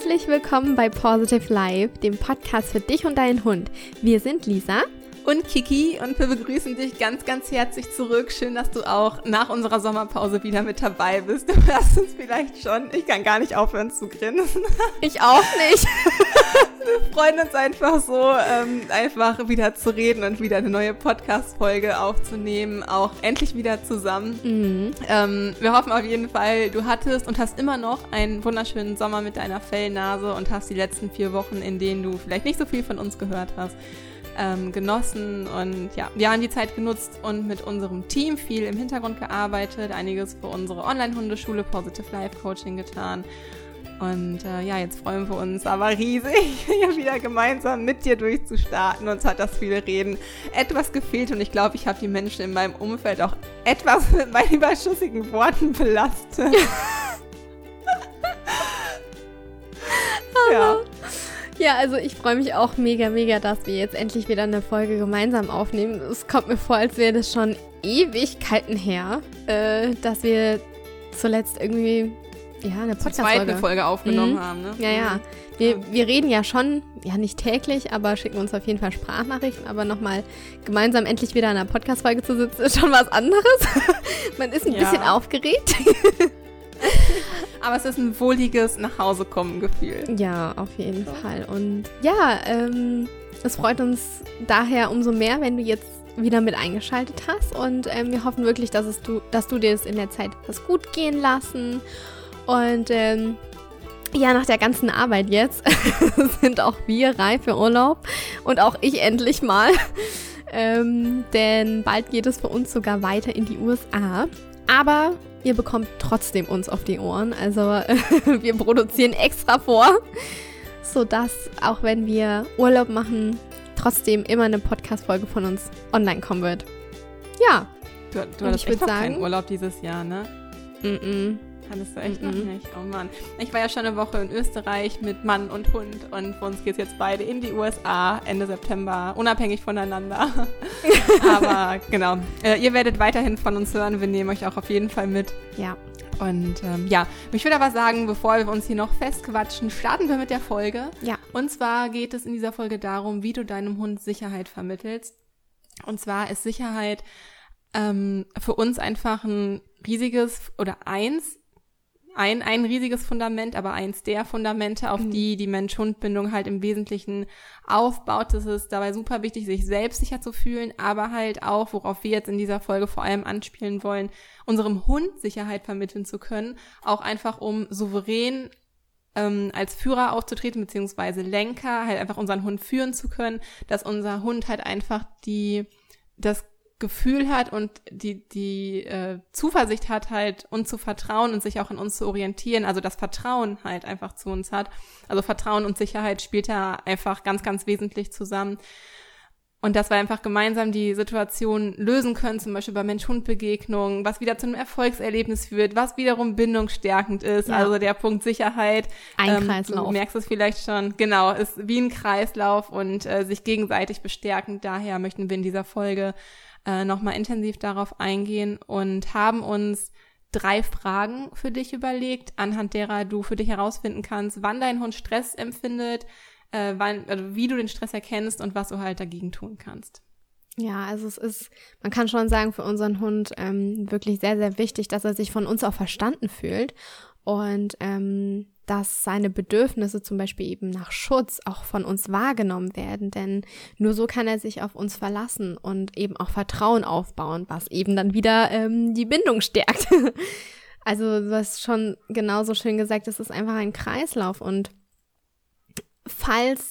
Herzlich willkommen bei Positive Life, dem Podcast für dich und deinen Hund. Wir sind Lisa und Kiki und wir begrüßen dich ganz, ganz herzlich zurück. Schön, dass du auch nach unserer Sommerpause wieder mit dabei bist. Du hörst uns vielleicht schon. Ich kann gar nicht aufhören zu grinsen. Ich auch nicht. Wir freuen uns einfach so, einfach wieder zu reden und wieder eine neue Podcast-Folge aufzunehmen. Auch endlich wieder zusammen. Wir hoffen auf jeden Fall, du hattest und hast immer noch einen wunderschönen Sommer mit deiner Fellnase und hast die letzten 4 Wochen, in denen du vielleicht nicht so viel von uns gehört hast, genossen. Und ja, wir haben die Zeit genutzt und mit unserem Team viel im Hintergrund gearbeitet, einiges für unsere Online-Hundeschule Positive Life Coaching getan. Und jetzt freuen wir uns aber riesig, hier wieder gemeinsam mit dir durchzustarten. Uns hat das viele Reden etwas gefehlt und ich glaube, ich habe die Menschen in meinem Umfeld auch etwas mit meinen überschüssigen Worten belastet. Ja, also ich freue mich auch mega, dass wir jetzt endlich wieder eine Folge gemeinsam aufnehmen. Es kommt mir vor, als wäre das schon Ewigkeiten her, dass wir zuletzt irgendwie eine Podcast-Folge aufgenommen haben. Ne? Ja. Wir reden ja schon, nicht täglich, aber schicken uns auf jeden Fall Sprachnachrichten. Aber nochmal gemeinsam endlich wieder in einer Podcast-Folge zu sitzen, ist schon was anderes. Man ist ein bisschen aufgeregt. Aber es ist ein wohliges Nachhausekommen-Gefühl. Ja, auf jeden Fall. Und es freut uns daher umso mehr, wenn du jetzt wieder mit eingeschaltet hast. Und wir hoffen wirklich, dass du dir das in der Zeit hast gut gehen lassen. Und nach der ganzen Arbeit jetzt sind auch wir reif für Urlaub. Und auch ich endlich mal. Denn bald geht es für uns sogar weiter in die USA. Aber ihr bekommt trotzdem uns auf die Ohren. Also wir produzieren extra vor, sodass auch wenn wir Urlaub machen, trotzdem immer eine Podcast-Folge von uns online kommen wird. Ja. Du hattest echt noch keinen Urlaub dieses Jahr, ne? Hattest du echt noch nicht? Oh Mann. Ich war ja schon eine Woche in Österreich mit Mann und Hund und für uns geht's jetzt beide in die USA Ende September, unabhängig voneinander. Aber genau, ihr werdet weiterhin von uns hören. Wir nehmen euch auch auf jeden Fall mit. Ja. Und ich würde aber sagen, bevor wir uns hier noch festquatschen, starten wir mit der Folge. Ja. Und zwar geht es in dieser Folge darum, wie du deinem Hund Sicherheit vermittelst. Und zwar ist Sicherheit für uns einfach ein riesiges oder ein riesiges Fundament, aber eins der Fundamente, auf die Mensch-Hund-Bindung halt im Wesentlichen aufbaut. Es ist dabei super wichtig, sich selbst sicher zu fühlen, aber halt auch, worauf wir jetzt in dieser Folge vor allem anspielen wollen, unserem Hund Sicherheit vermitteln zu können, auch einfach um souverän als Führer aufzutreten, beziehungsweise Lenker, halt einfach unseren Hund führen zu können, dass unser Hund halt einfach das Gefühl hat und die Zuversicht hat, halt uns zu vertrauen und sich auch an uns zu orientieren, also das Vertrauen halt einfach zu uns hat. Also Vertrauen und Sicherheit spielt da einfach ganz, ganz wesentlich zusammen. Und dass wir einfach gemeinsam die Situation lösen können, zum Beispiel bei Mensch-Hund-Begegnungen, was wieder zu einem Erfolgserlebnis führt, was wiederum bindungsstärkend ist. Ja. Also der Punkt Sicherheit. Ein Kreislauf. Du merkst es vielleicht schon. Genau, ist wie ein Kreislauf und sich gegenseitig bestärkend. Daher möchten wir in dieser Folge nochmal intensiv darauf eingehen und haben uns 3 Fragen für dich überlegt, anhand derer du für dich herausfinden kannst, wann dein Hund Stress empfindet, wie du den Stress erkennst und was du halt dagegen tun kannst. Ja, also man kann schon sagen, für unseren Hund wirklich sehr, sehr wichtig, dass er sich von uns auch verstanden fühlt und dass seine Bedürfnisse zum Beispiel eben nach Schutz auch von uns wahrgenommen werden, denn nur so kann er sich auf uns verlassen und eben auch Vertrauen aufbauen, was eben dann wieder die Bindung stärkt. Also du hast schon genauso schön gesagt, es ist einfach ein Kreislauf und falls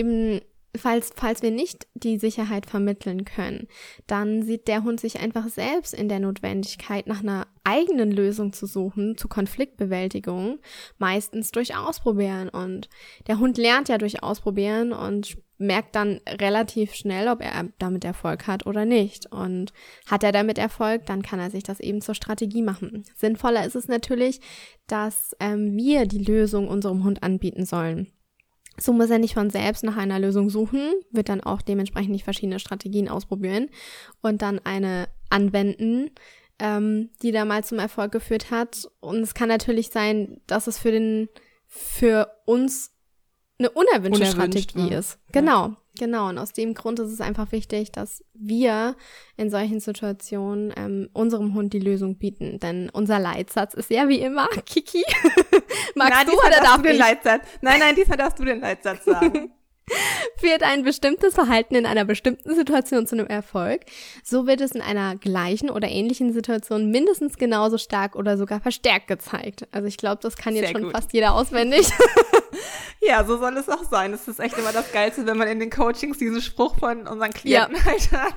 wir nicht die Sicherheit vermitteln können, dann sieht der Hund sich einfach selbst in der Notwendigkeit, nach einer eigenen Lösung zu suchen, zur Konfliktbewältigung, meistens durch Ausprobieren. Und der Hund lernt ja durch Ausprobieren und merkt dann relativ schnell, ob er damit Erfolg hat oder nicht. Und hat er damit Erfolg, dann kann er sich das eben zur Strategie machen. Sinnvoller ist es natürlich, dass wir die Lösung unserem Hund anbieten sollen. So muss er nicht von selbst nach einer Lösung suchen, wird dann auch dementsprechend nicht verschiedene Strategien ausprobieren und dann eine anwenden, die da mal zum Erfolg geführt hat. Und es kann natürlich sein, dass es für für uns eine unerwünschte Strategie war. ist. Genau. Und aus dem Grund ist es einfach wichtig, dass wir in solchen Situationen unserem Hund die Lösung bieten. Denn unser Leitsatz ist ja wie immer, Kiki, magst du oder darf ich? Leitsatz? Nein, diesmal darfst du den Leitsatz sagen. Führt ein bestimmtes Verhalten in einer bestimmten Situation zu einem Erfolg, so wird es in einer gleichen oder ähnlichen Situation mindestens genauso stark oder sogar verstärkt gezeigt. Also ich glaube, das kann jetzt Sehr schon gut. fast jeder auswendig. Ja, so soll es auch sein. Das ist echt immer das Geilste, wenn man in den Coachings diesen Spruch von unseren Klienten halt hat.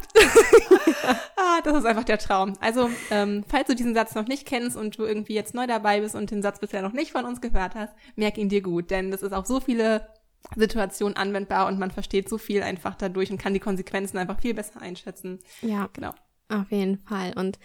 Das ist einfach der Traum. Also, falls du diesen Satz noch nicht kennst und du irgendwie jetzt neu dabei bist und den Satz bisher noch nicht von uns gehört hast, merk ihn dir gut, denn das ist auf so viele Situationen anwendbar und man versteht so viel einfach dadurch und kann die Konsequenzen einfach viel besser einschätzen. Ja, genau. Auf jeden Fall. Und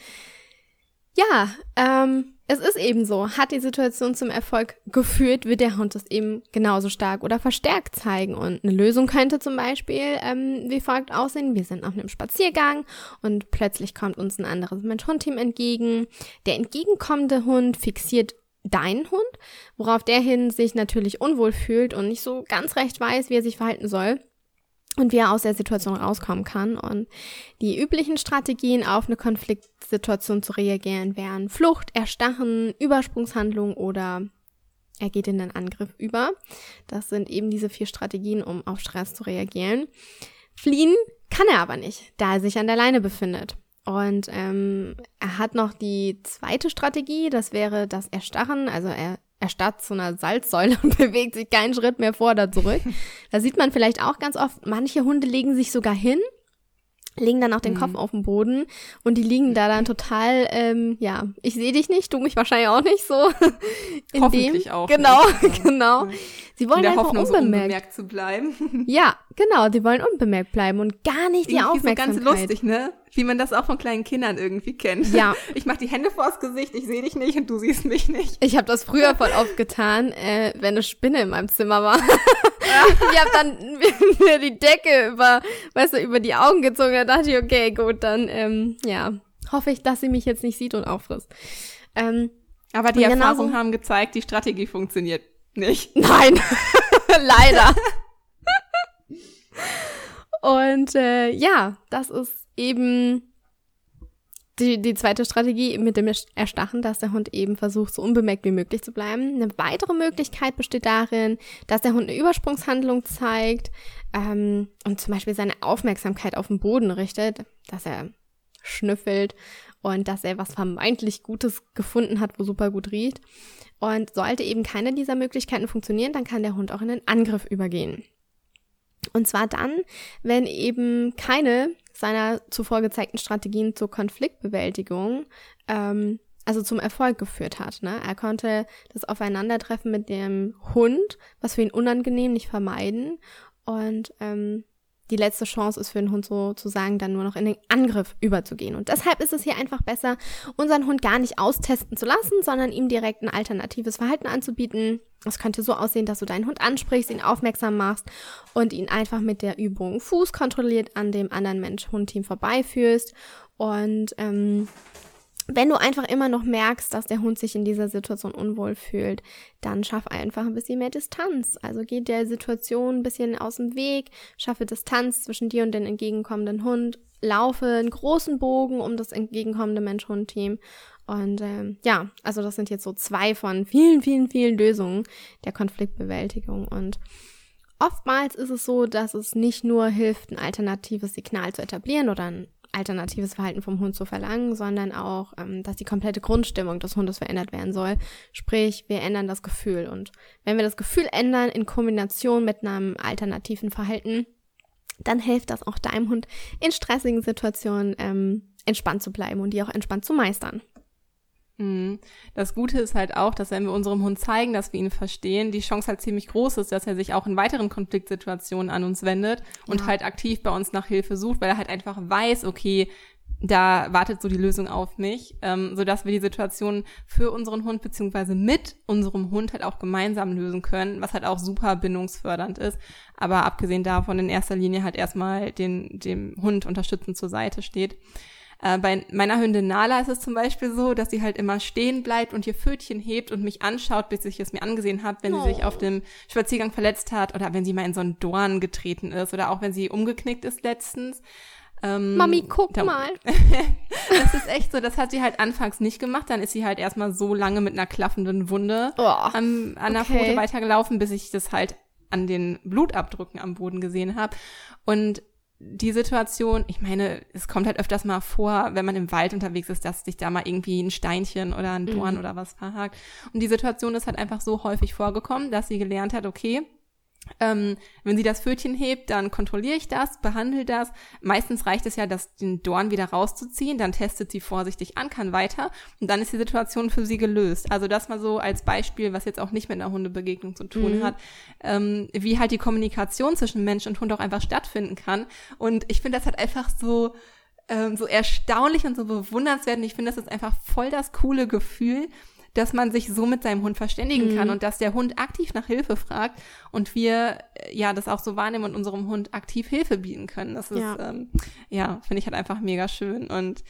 ja, es ist eben so, hat die Situation zum Erfolg geführt, wird der Hund es eben genauso stark oder verstärkt zeigen. Und eine Lösung könnte zum Beispiel wie folgt aussehen. Wir sind auf einem Spaziergang und plötzlich kommt uns ein anderes Mensch-Hund-Team entgegen. Der entgegenkommende Hund fixiert deinen Hund, worauf der hin sich natürlich unwohl fühlt und nicht so ganz recht weiß, wie er sich verhalten soll. Und wie er aus der Situation rauskommen kann. Und die üblichen Strategien, auf eine Konfliktsituation zu reagieren, wären Flucht, Erstarren, Übersprungshandlung oder er geht in den Angriff über. Das sind eben diese 4 Strategien, um auf Stress zu reagieren. Fliehen kann er aber nicht, da er sich an der Leine befindet. Und er hat noch die zweite Strategie, das wäre das Erstarren, also er erstarrt zu einer Salzsäule und bewegt sich keinen Schritt mehr vor oder zurück. Da sieht man vielleicht auch ganz oft, manche Hunde legen sich sogar hin, legen dann auch den Kopf auf den Boden und die liegen da dann total, ich sehe dich nicht, du mich wahrscheinlich auch nicht so. Hoffentlich auch. Genau, nicht. genau. Sie wollen in der einfach Hoffnung, unbemerkt so zu bleiben. Ja, genau, die wollen unbemerkt bleiben und gar nicht die Irgendwie Aufmerksamkeit. so ganz lustig, ne? Wie man das auch von kleinen Kindern irgendwie kennt. Ja. Ich mach die Hände vors Gesicht, ich sehe dich nicht und du siehst mich nicht. Ich habe das früher voll oft getan, wenn eine Spinne in meinem Zimmer war. Ich habe dann mir die Decke über die Augen gezogen. Da dachte ich, okay, gut, dann hoffe ich, dass sie mich jetzt nicht sieht und auffrisst. Aber die Erfahrungen haben gezeigt, die Strategie funktioniert nicht. Nein, leider. Und das ist eben die zweite Strategie mit dem Erstachen, dass der Hund eben versucht, so unbemerkt wie möglich zu bleiben. Eine weitere Möglichkeit besteht darin, dass der Hund eine Übersprungshandlung zeigt und zum Beispiel seine Aufmerksamkeit auf den Boden richtet, dass er schnüffelt und dass er was vermeintlich Gutes gefunden hat, wo super gut riecht. Und sollte eben keine dieser Möglichkeiten funktionieren, dann kann der Hund auch in den Angriff übergehen. Und zwar dann, wenn eben keine seiner zuvor gezeigten Strategien zur Konfliktbewältigung, also zum Erfolg geführt hat. Ne? Er konnte das Aufeinandertreffen mit dem Hund, was für ihn unangenehm, nicht vermeiden. Und die letzte Chance ist für den Hund sozusagen dann nur noch in den Angriff überzugehen. Und deshalb ist es hier einfach besser, unseren Hund gar nicht austesten zu lassen, sondern ihm direkt ein alternatives Verhalten anzubieten. Es könnte so aussehen, dass du deinen Hund ansprichst, ihn aufmerksam machst und ihn einfach mit der Übung Fuß kontrolliert an dem anderen Mensch-Hund-Team vorbeiführst. Und wenn du einfach immer noch merkst, dass der Hund sich in dieser Situation unwohl fühlt, dann schaff einfach ein bisschen mehr Distanz. Also geh der Situation ein bisschen aus dem Weg, schaffe Distanz zwischen dir und dem entgegenkommenden Hund, laufe einen großen Bogen um das entgegenkommende Mensch-Hund-Team. Und also das sind jetzt so 2 von vielen, vielen, vielen Lösungen der Konfliktbewältigung. Und oftmals ist es so, dass es nicht nur hilft, ein alternatives Signal zu etablieren oder ein alternatives Verhalten vom Hund zu verlangen, sondern auch, dass die komplette Grundstimmung des Hundes verändert werden soll. Sprich, wir ändern das Gefühl. Und wenn wir das Gefühl ändern in Kombination mit einem alternativen Verhalten, dann hilft das auch deinem Hund in stressigen Situationen entspannt zu bleiben und die auch entspannt zu meistern. Das Gute ist halt auch, dass wenn wir unserem Hund zeigen, dass wir ihn verstehen, die Chance halt ziemlich groß ist, dass er sich auch in weiteren Konfliktsituationen an uns wendet und halt aktiv bei uns nach Hilfe sucht, weil er halt einfach weiß, okay, da wartet so die Lösung auf mich, sodass wir die Situation für unseren Hund beziehungsweise mit unserem Hund halt auch gemeinsam lösen können, was halt auch super bindungsfördernd ist, aber abgesehen davon in erster Linie halt erstmal dem Hund unterstützend zur Seite steht. Bei meiner Hündin Nala ist es zum Beispiel so, dass sie halt immer stehen bleibt und ihr Pfötchen hebt und mich anschaut, bis ich es mir angesehen habe, wenn sie sich auf dem Spaziergang verletzt hat oder wenn sie mal in so einen Dorn getreten ist oder auch wenn sie umgeknickt ist letztens. Mami, guck mal. Das ist echt so, das hat sie halt anfangs nicht gemacht. Dann ist sie halt erstmal so lange mit einer klaffenden Wunde an der Pfote weitergelaufen, bis ich das halt an den Blutabdrücken am Boden gesehen habe. Und die Situation, ich meine, es kommt halt öfters mal vor, wenn man im Wald unterwegs ist, dass sich da mal irgendwie ein Steinchen oder ein Dorn oder was verhakt. Und die Situation ist halt einfach so häufig vorgekommen, dass sie gelernt hat, okay, wenn sie das Pfötchen hebt, dann kontrolliere ich das, behandle das. Meistens reicht es ja, den Dorn wieder rauszuziehen, dann testet sie vorsichtig an, kann weiter und dann ist die Situation für sie gelöst. Also das mal so als Beispiel, was jetzt auch nicht mit einer Hundebegegnung zu tun hat, wie halt die Kommunikation zwischen Mensch und Hund auch einfach stattfinden kann. Und ich finde das halt einfach so erstaunlich und so bewundernswert und ich finde, das ist einfach voll das coole Gefühl, dass man sich so mit seinem Hund verständigen kann und dass der Hund aktiv nach Hilfe fragt und wir das auch so wahrnehmen und unserem Hund aktiv Hilfe bieten können. Das ist, finde ich halt einfach mega schön und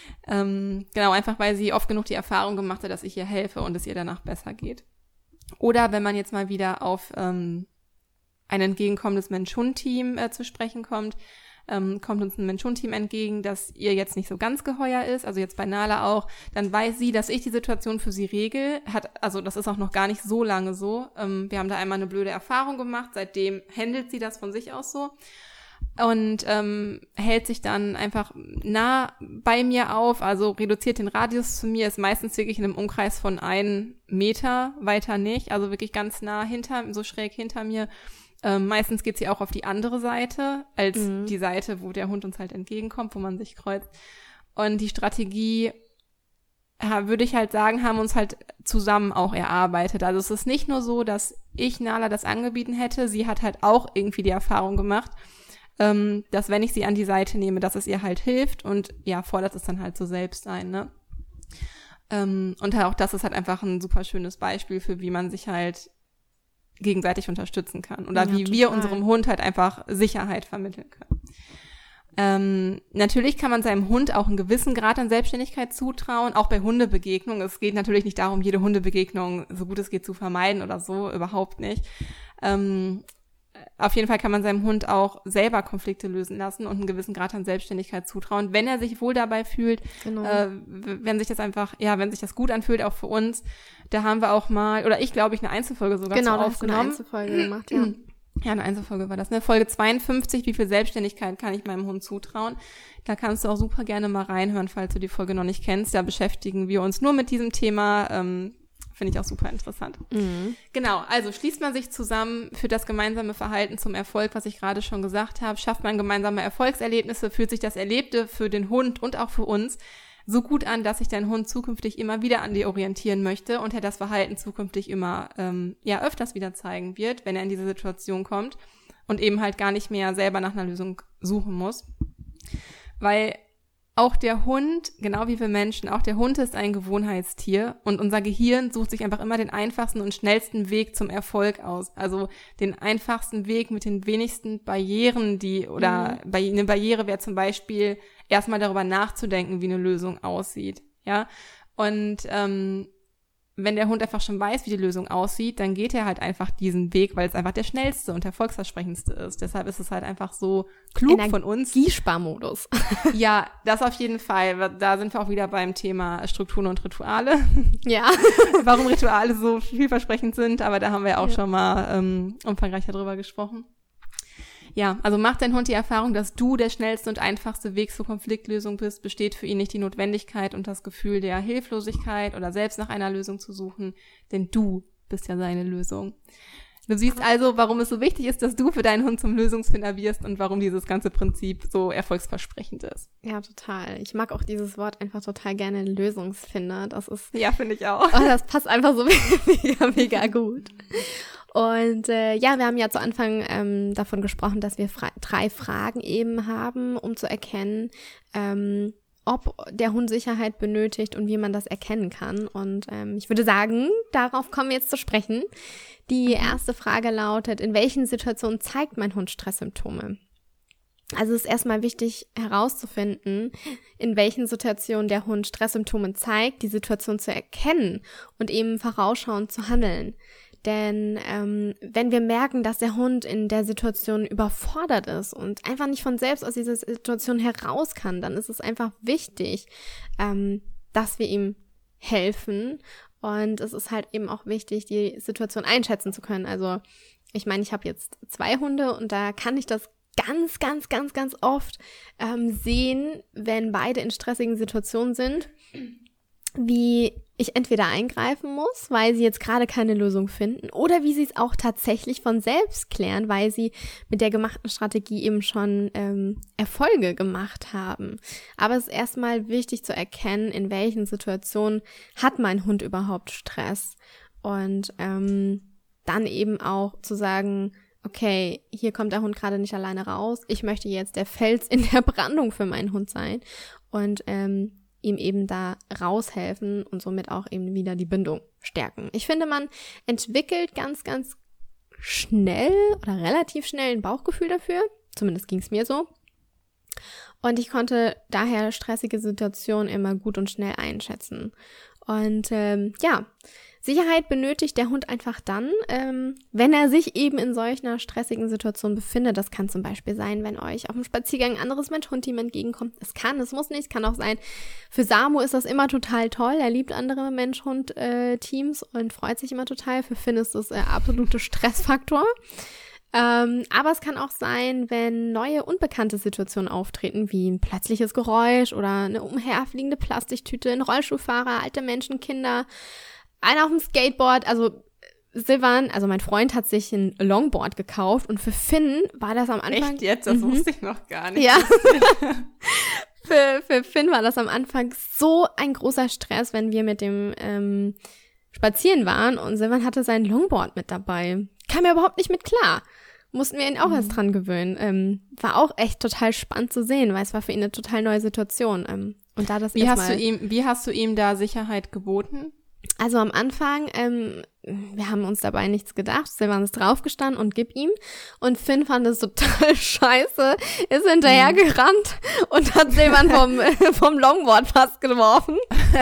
genau, einfach weil sie oft genug die Erfahrung gemacht hat, dass ich ihr helfe und es ihr danach besser geht. Oder wenn man jetzt mal wieder auf ein entgegenkommendes Mensch-Hund-Team zu sprechen kommt, kommt uns ein Mensch-Hund-Team entgegen, das ihr jetzt nicht so ganz geheuer ist, also jetzt bei Nala auch, dann weiß sie, dass ich die Situation für sie regel, also das ist auch noch gar nicht so lange so. Wir haben da einmal eine blöde Erfahrung gemacht, seitdem handelt sie das von sich aus so und hält sich dann einfach nah bei mir auf, also reduziert den Radius zu mir, ist meistens wirklich in einem Umkreis von 1 Meter, weiter nicht, also wirklich ganz nah so schräg hinter mir. Meistens geht sie auch auf die andere Seite, als die Seite, wo der Hund uns halt entgegenkommt, wo man sich kreuzt. Und die Strategie, würde ich halt sagen, haben uns halt zusammen auch erarbeitet. Also es ist nicht nur so, dass ich Nala das angeboten hätte, sie hat halt auch irgendwie die Erfahrung gemacht, dass wenn ich sie an die Seite nehme, dass es ihr halt hilft und fordert es dann halt so selbst ein, ne? Und auch das ist halt einfach ein super schönes Beispiel für, wie man sich halt gegenseitig unterstützen kann oder wie wir unserem Hund halt einfach Sicherheit vermitteln können. Natürlich kann man seinem Hund auch einen gewissen Grad an Selbstständigkeit zutrauen, auch bei Hundebegegnungen. Es geht natürlich nicht darum, jede Hundebegegnung so gut es geht zu vermeiden oder so, überhaupt nicht. Auf jeden Fall kann man seinem Hund auch selber Konflikte lösen lassen und einen gewissen Grad an Selbstständigkeit zutrauen, wenn er sich wohl dabei fühlt, wenn sich das einfach, wenn sich das gut anfühlt, auch für uns. Da haben wir auch mal, oder ich glaube, eine Einzelfolge sogar zu aufgenommen. Genau, eine Einzelfolge gemacht, ja. Ja, eine Einzelfolge war das, ne? Folge 52, wie viel Selbstständigkeit kann ich meinem Hund zutrauen? Da kannst du auch super gerne mal reinhören, falls du die Folge noch nicht kennst. Da beschäftigen wir uns nur mit diesem Thema, finde ich auch super interessant. Genau, also schließt man sich zusammen für das gemeinsame Verhalten zum Erfolg, was ich gerade schon gesagt habe, schafft man gemeinsame Erfolgserlebnisse, fühlt sich das Erlebte für den Hund und auch für uns so gut an, dass sich dein Hund zukünftig immer wieder an dir orientieren möchte und er das Verhalten zukünftig immer öfters wieder zeigen wird, wenn er in diese Situation kommt und eben halt gar nicht mehr selber nach einer Lösung suchen muss. Weil auch der Hund, genau wie wir Menschen, auch der Hund ist ein Gewohnheitstier und unser Gehirn sucht sich einfach immer den einfachsten und schnellsten Weg zum Erfolg aus. Also den einfachsten Weg mit den wenigsten Barrieren, eine Barriere wäre zum Beispiel erstmal darüber nachzudenken, wie eine Lösung aussieht, ja. Und wenn der Hund einfach schon weiß, wie die Lösung aussieht, dann geht er halt einfach diesen Weg, weil es einfach der schnellste und erfolgsversprechendste ist. Deshalb ist es halt einfach so klug von uns. Energiesparmodus. Ja, das auf jeden Fall. Da sind wir auch wieder beim Thema Strukturen und Rituale. Ja. Warum Rituale so vielversprechend sind, aber da haben wir auch schon mal umfangreicher drüber gesprochen. Ja, also macht dein Hund die Erfahrung, dass du der schnellste und einfachste Weg zur Konfliktlösung bist, besteht für ihn nicht die Notwendigkeit und das Gefühl der Hilflosigkeit oder selbst nach einer Lösung zu suchen, denn du bist ja seine Lösung. Du siehst also, warum es so wichtig ist, dass du für deinen Hund zum Lösungsfinder wirst und warum dieses ganze Prinzip so erfolgsversprechend ist. Ja, total. Ich mag auch dieses Wort einfach total gerne, Lösungsfinder. Das ist. Ja, finde ich auch. Oh, das passt einfach so mega, mega gut. Und wir haben ja zu Anfang davon gesprochen, dass wir 3 Fragen eben haben, um zu erkennen, ob der Hund Sicherheit benötigt und wie man das erkennen kann. Und ich würde sagen, darauf kommen wir jetzt zu sprechen. Die erste Frage lautet, in welchen Situationen zeigt mein Hund Stresssymptome? Also es ist erstmal wichtig herauszufinden, in welchen Situationen der Hund Stresssymptome zeigt, die Situation zu erkennen und eben vorausschauend zu handeln. Denn wenn wir merken, dass der Hund in der Situation überfordert ist und einfach nicht von selbst aus dieser Situation heraus kann, dann ist es einfach wichtig, dass wir ihm helfen. Und es ist halt eben auch wichtig, die Situation einschätzen zu können. Also ich meine, ich habe jetzt 2 Hunde und da kann ich das ganz oft sehen, wenn beide in stressigen Situationen sind, wie ich entweder eingreifen muss, weil sie jetzt gerade keine Lösung finden, oder wie sie es auch tatsächlich von selbst klären, weil sie mit der gemachten Strategie eben schon Erfolge gemacht haben. Aber es ist erstmal wichtig zu erkennen, in welchen Situationen hat mein Hund überhaupt Stress, und dann eben auch zu sagen, okay, hier kommt der Hund gerade nicht alleine raus, ich möchte jetzt der Fels in der Brandung für meinen Hund sein und ihm eben da raushelfen und somit auch eben wieder die Bindung stärken. Ich finde, man entwickelt ganz schnell oder relativ schnell ein Bauchgefühl dafür, zumindest ging es mir so. Und ich konnte daher stressige Situationen immer gut und schnell einschätzen. Und Sicherheit benötigt der Hund einfach dann, wenn er sich eben in solch einer stressigen Situation befindet. Das kann zum Beispiel sein, wenn euch auf dem Spaziergang ein anderes Mensch-Hund-Team entgegenkommt. Es muss nicht, es kann auch sein. Für Samu ist das immer total toll. Er liebt andere Mensch-Hund-Teams und freut sich immer total. Für Finn ist das der absolute Stressfaktor. Aber es kann auch sein, wenn neue, unbekannte Situationen auftreten, wie ein plötzliches Geräusch oder eine umherfliegende Plastiktüte, ein Rollstuhlfahrer, alte Menschen, Kinder, einer auf dem Skateboard. Also Silvan, also mein Freund, hat sich ein Longboard gekauft, und für Finn war das am Anfang... Echt jetzt? Das wusste ich noch gar nicht. Ja. Für Finn war das am Anfang so ein großer Stress, wenn wir mit dem spazieren waren, und Silvan hatte sein Longboard mit dabei. Kam er überhaupt nicht mit klar. Mussten wir ihn auch erst dran gewöhnen. War auch echt total spannend zu sehen, weil es war für ihn eine total neue Situation. Und da das Wie hast du ihm da Sicherheit geboten? Also am Anfang, wir haben uns dabei nichts gedacht. Silvan ist draufgestanden und gib ihm. Und Finn fand es total scheiße, ist hinterher gerannt und hat Silvan vom Longboard fast geworfen.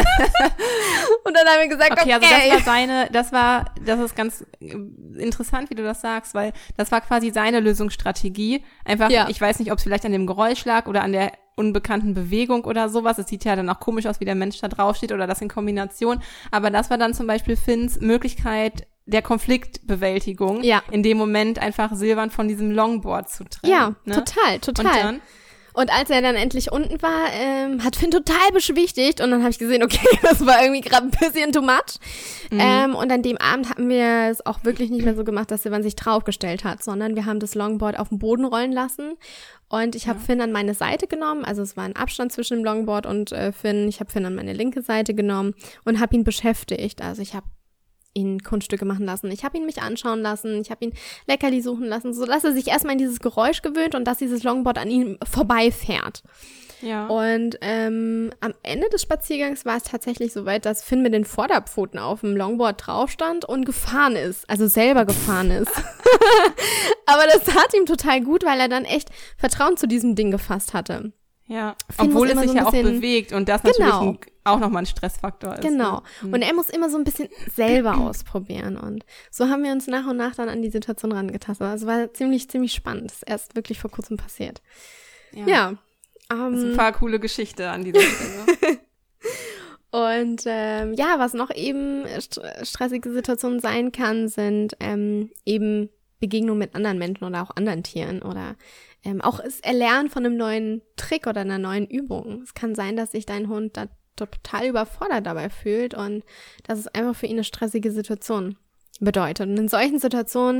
Und dann haben wir gesagt, okay. Also das ist ganz interessant, wie du das sagst, weil das war quasi seine Lösungsstrategie. Einfach, Ich weiß nicht, ob es vielleicht an dem Geräusch lag oder an der unbekannten Bewegung oder sowas. Es sieht ja dann auch komisch aus, wie der Mensch da draufsteht oder das in Kombination. Aber das war dann zum Beispiel Finns Möglichkeit der Konfliktbewältigung. Ja. In dem Moment einfach Silvan von diesem Longboard zu trennen. Ja, ne? Total. Und als er dann endlich unten war, hat Finn total beschwichtigt, und dann habe ich gesehen, okay, das war irgendwie gerade ein bisschen too much. Und an dem Abend hatten wir es auch wirklich nicht mehr so gemacht, dass Silvan sich draufgestellt hat, sondern wir haben das Longboard auf den Boden rollen lassen, und ich habe Finn an meine Seite genommen, also es war ein Abstand zwischen dem Longboard und Finn. Ich habe Finn an meine linke Seite genommen und habe ihn beschäftigt. Also ich habe ihn Kunststücke machen lassen. Ich habe ihn mich anschauen lassen. Ich habe ihn Leckerli suchen lassen, sodass er sich erstmal in dieses Geräusch gewöhnt und dass dieses Longboard an ihm vorbeifährt. Ja. Und am Ende des Spaziergangs war es tatsächlich so weit, dass Finn mit den Vorderpfoten auf dem Longboard drauf stand und gefahren ist. Also selber gefahren ist. Aber das tat ihm total gut, weil er dann echt Vertrauen zu diesem Ding gefasst hatte. Ja, obwohl es sich ja auch bewegt und das natürlich auch nochmal ein Stressfaktor ist. Genau. Ne? Und er muss immer so ein bisschen selber ausprobieren, und so haben wir uns nach und nach dann an die Situation rangetastet. Also war ziemlich spannend. Das ist erst wirklich vor kurzem passiert. Ja. Das ist eine paar coole Geschichte an dieser Stelle. Und was noch eben stressige Situationen sein kann, sind eben Begegnungen mit anderen Menschen oder auch anderen Tieren oder auch das Erlernen von einem neuen Trick oder einer neuen Übung. Es kann sein, dass sich dein Hund da total überfordert dabei fühlt und dass es einfach für ihn eine stressige Situation bedeutet. Und in solchen Situationen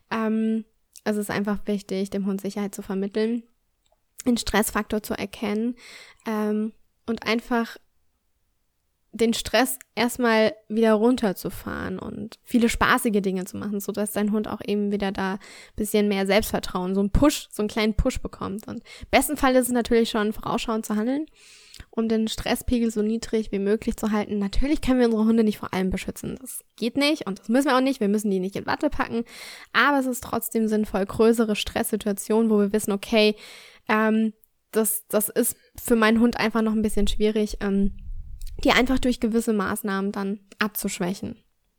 ist es einfach wichtig, dem Hund Sicherheit zu vermitteln, den Stressfaktor zu erkennen und einfach den Stress erstmal wieder runterzufahren und viele spaßige Dinge zu machen, sodass dein Hund auch eben wieder da ein bisschen mehr Selbstvertrauen, so einen kleinen Push bekommt. Und im besten Fall ist es natürlich schon, vorausschauend zu handeln, um den Stresspegel so niedrig wie möglich zu halten. Natürlich können wir unsere Hunde nicht vor allem beschützen. Das geht nicht und das müssen wir auch nicht. Wir müssen die nicht in Watte packen. Aber es ist trotzdem sinnvoll, größere Stresssituationen, wo wir wissen, okay, Das ist für meinen Hund einfach noch ein bisschen schwierig, die einfach durch gewisse Maßnahmen dann abzuschwächen.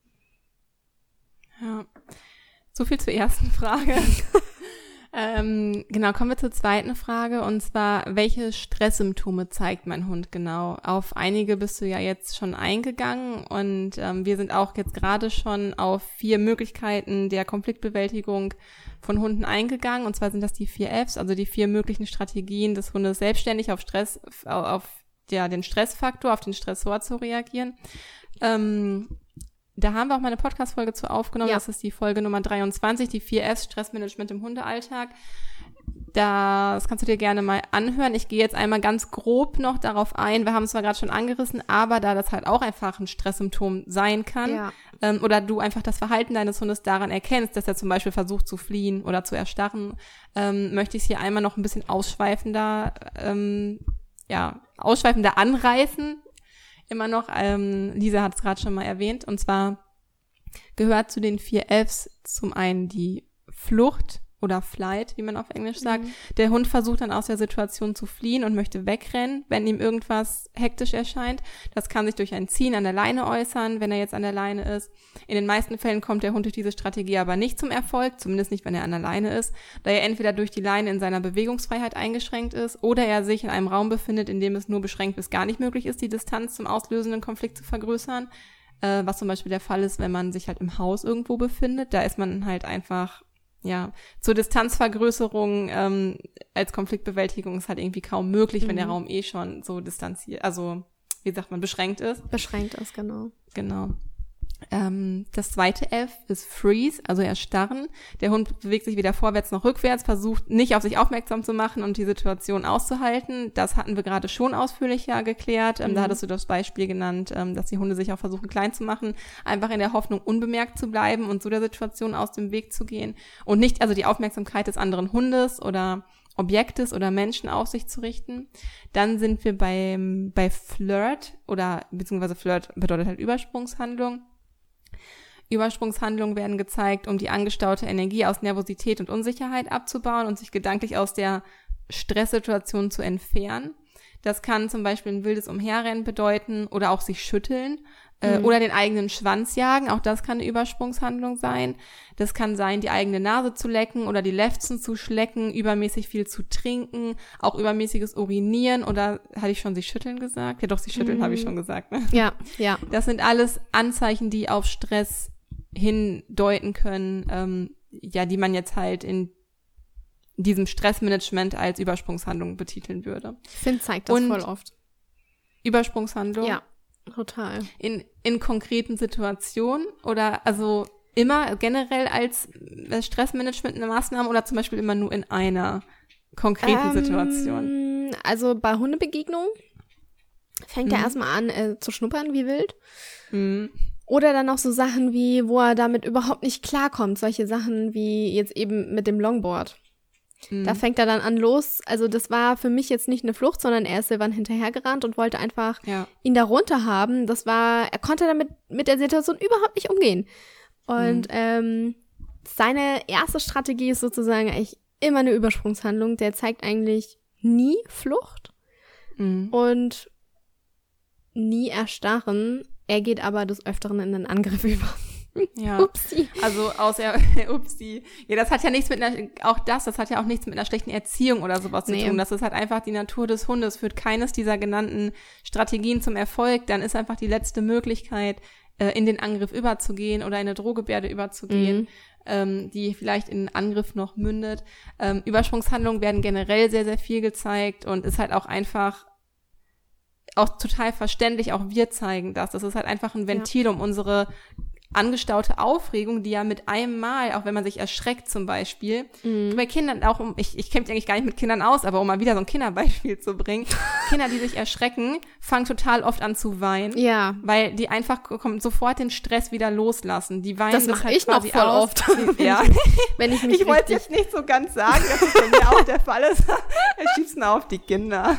Ja, so viel zur ersten Frage. Genau, kommen wir zur zweiten Frage, und zwar, welche Stresssymptome zeigt mein Hund genau? Auf einige bist du ja jetzt schon eingegangen, und wir sind auch jetzt gerade schon auf 4 Möglichkeiten der Konfliktbewältigung von Hunden eingegangen, und zwar sind das die 4 Fs, also die 4 möglichen Strategien des Hundes, selbstständig auf Stress, auf den Stressfaktor, auf den Stressor zu reagieren. Da haben wir auch mal eine Podcast-Folge zu aufgenommen. Ja. Das ist die Folge Nummer 23, die 4 Fs, Stressmanagement im Hundealltag. Das kannst du dir gerne mal anhören. Ich gehe jetzt einmal ganz grob noch darauf ein. Wir haben es zwar gerade schon angerissen, aber da das halt auch einfach ein Stresssymptom sein kann, oder du einfach das Verhalten deines Hundes daran erkennst, dass er zum Beispiel versucht zu fliehen oder zu erstarren, möchte ich es hier einmal noch ein bisschen ausschweifender anreißen. Immer noch, Lisa hat es gerade schon mal erwähnt, und zwar gehört zu den 4 Fs zum einen die Flucht oder Flight, wie man auf Englisch sagt. Der Hund versucht dann aus der Situation zu fliehen und möchte wegrennen, wenn ihm irgendwas hektisch erscheint. Das kann sich durch ein Ziehen an der Leine äußern, wenn er jetzt an der Leine ist. In den meisten Fällen kommt der Hund durch diese Strategie aber nicht zum Erfolg, zumindest nicht, wenn er an der Leine ist, da er entweder durch die Leine in seiner Bewegungsfreiheit eingeschränkt ist oder er sich in einem Raum befindet, in dem es nur beschränkt bis gar nicht möglich ist, die Distanz zum auslösenden Konflikt zu vergrößern. Was zum Beispiel der Fall ist, wenn man sich halt im Haus irgendwo befindet. Da ist man halt einfach zur Distanzvergrößerung als Konfliktbewältigung ist halt irgendwie kaum möglich, wenn der Raum schon so distanziert, also wie sagt man, beschränkt ist. Beschränkt ist, genau. Genau. Das zweite F ist Freeze, also erstarren. Der Hund bewegt sich weder vorwärts noch rückwärts, versucht nicht auf sich aufmerksam zu machen und die Situation auszuhalten. Das hatten wir gerade schon ausführlicher geklärt. Da hattest du das Beispiel genannt, dass die Hunde sich auch versuchen klein zu machen, einfach in der Hoffnung, unbemerkt zu bleiben und so der Situation aus dem Weg zu gehen und nicht also die Aufmerksamkeit des anderen Hundes oder Objektes oder Menschen auf sich zu richten. Dann sind wir bei Flirt, beziehungsweise Flirt bedeutet halt Übersprungshandlung. Übersprungshandlungen werden gezeigt, um die angestaute Energie aus Nervosität und Unsicherheit abzubauen und sich gedanklich aus der Stresssituation zu entfernen. Das kann zum Beispiel ein wildes Umherrennen bedeuten oder auch sich schütteln oder den eigenen Schwanz jagen. Auch das kann eine Übersprungshandlung sein. Das kann sein, die eigene Nase zu lecken oder die Lefzen zu schlecken, übermäßig viel zu trinken, auch übermäßiges Urinieren oder, hatte ich schon sich schütteln gesagt? Ja doch, sich schütteln habe ich schon gesagt. Ne? Ja. Das sind alles Anzeichen, die auf Stress hindeuten können, die man jetzt halt in diesem Stressmanagement als Übersprungshandlung betiteln würde. Finn zeigt das voll oft. Übersprungshandlung? Ja, total. In konkreten Situationen oder also immer generell als Stressmanagement eine Maßnahme oder zum Beispiel immer nur in einer konkreten Situation? Also bei Hundebegegnungen fängt er erstmal an zu schnuppern wie wild. Oder dann auch so Sachen wie, wo er damit überhaupt nicht klarkommt. Solche Sachen wie jetzt eben mit dem Longboard. Da fängt er dann an los. Also das war für mich jetzt nicht eine Flucht, sondern er ist Silvan hinterhergerannt und wollte einfach ihn da runter haben. Er konnte damit mit der Situation überhaupt nicht umgehen. Und seine erste Strategie ist sozusagen eigentlich immer eine Übersprungshandlung. Der zeigt eigentlich nie Flucht und nie Erstarren. Er geht aber des Öfteren in den Angriff über. Ja. Upsi. Also Upsi. Ja, das hat ja nichts mit das hat ja auch nichts mit einer schlechten Erziehung oder sowas zu tun. Das ist halt einfach die Natur des Hundes, führt keines dieser genannten Strategien zum Erfolg. Dann ist einfach die letzte Möglichkeit, in den Angriff überzugehen oder in eine Drohgebärde überzugehen, die vielleicht in einen Angriff noch mündet. Übersprungshandlungen werden generell sehr, sehr viel gezeigt und ist halt auch einfach auch total verständlich, auch wir zeigen das. Das ist halt einfach ein Ventil, um unsere angestaute Aufregung, die ja mit einem Mal, auch wenn man sich erschreckt zum Beispiel, bei Kindern auch, ich kenne mich eigentlich gar nicht mit Kindern aus, aber um mal wieder so ein Kinderbeispiel zu bringen, Kinder, die sich erschrecken, fangen total oft an zu weinen, weil die einfach sofort den Stress wieder loslassen. Die weinen das mache ich noch voll oft. Ja. Wenn ich wollte jetzt nicht so ganz sagen, dass es bei mir auch der Fall ist. Er schiebt nur auf die Kinder.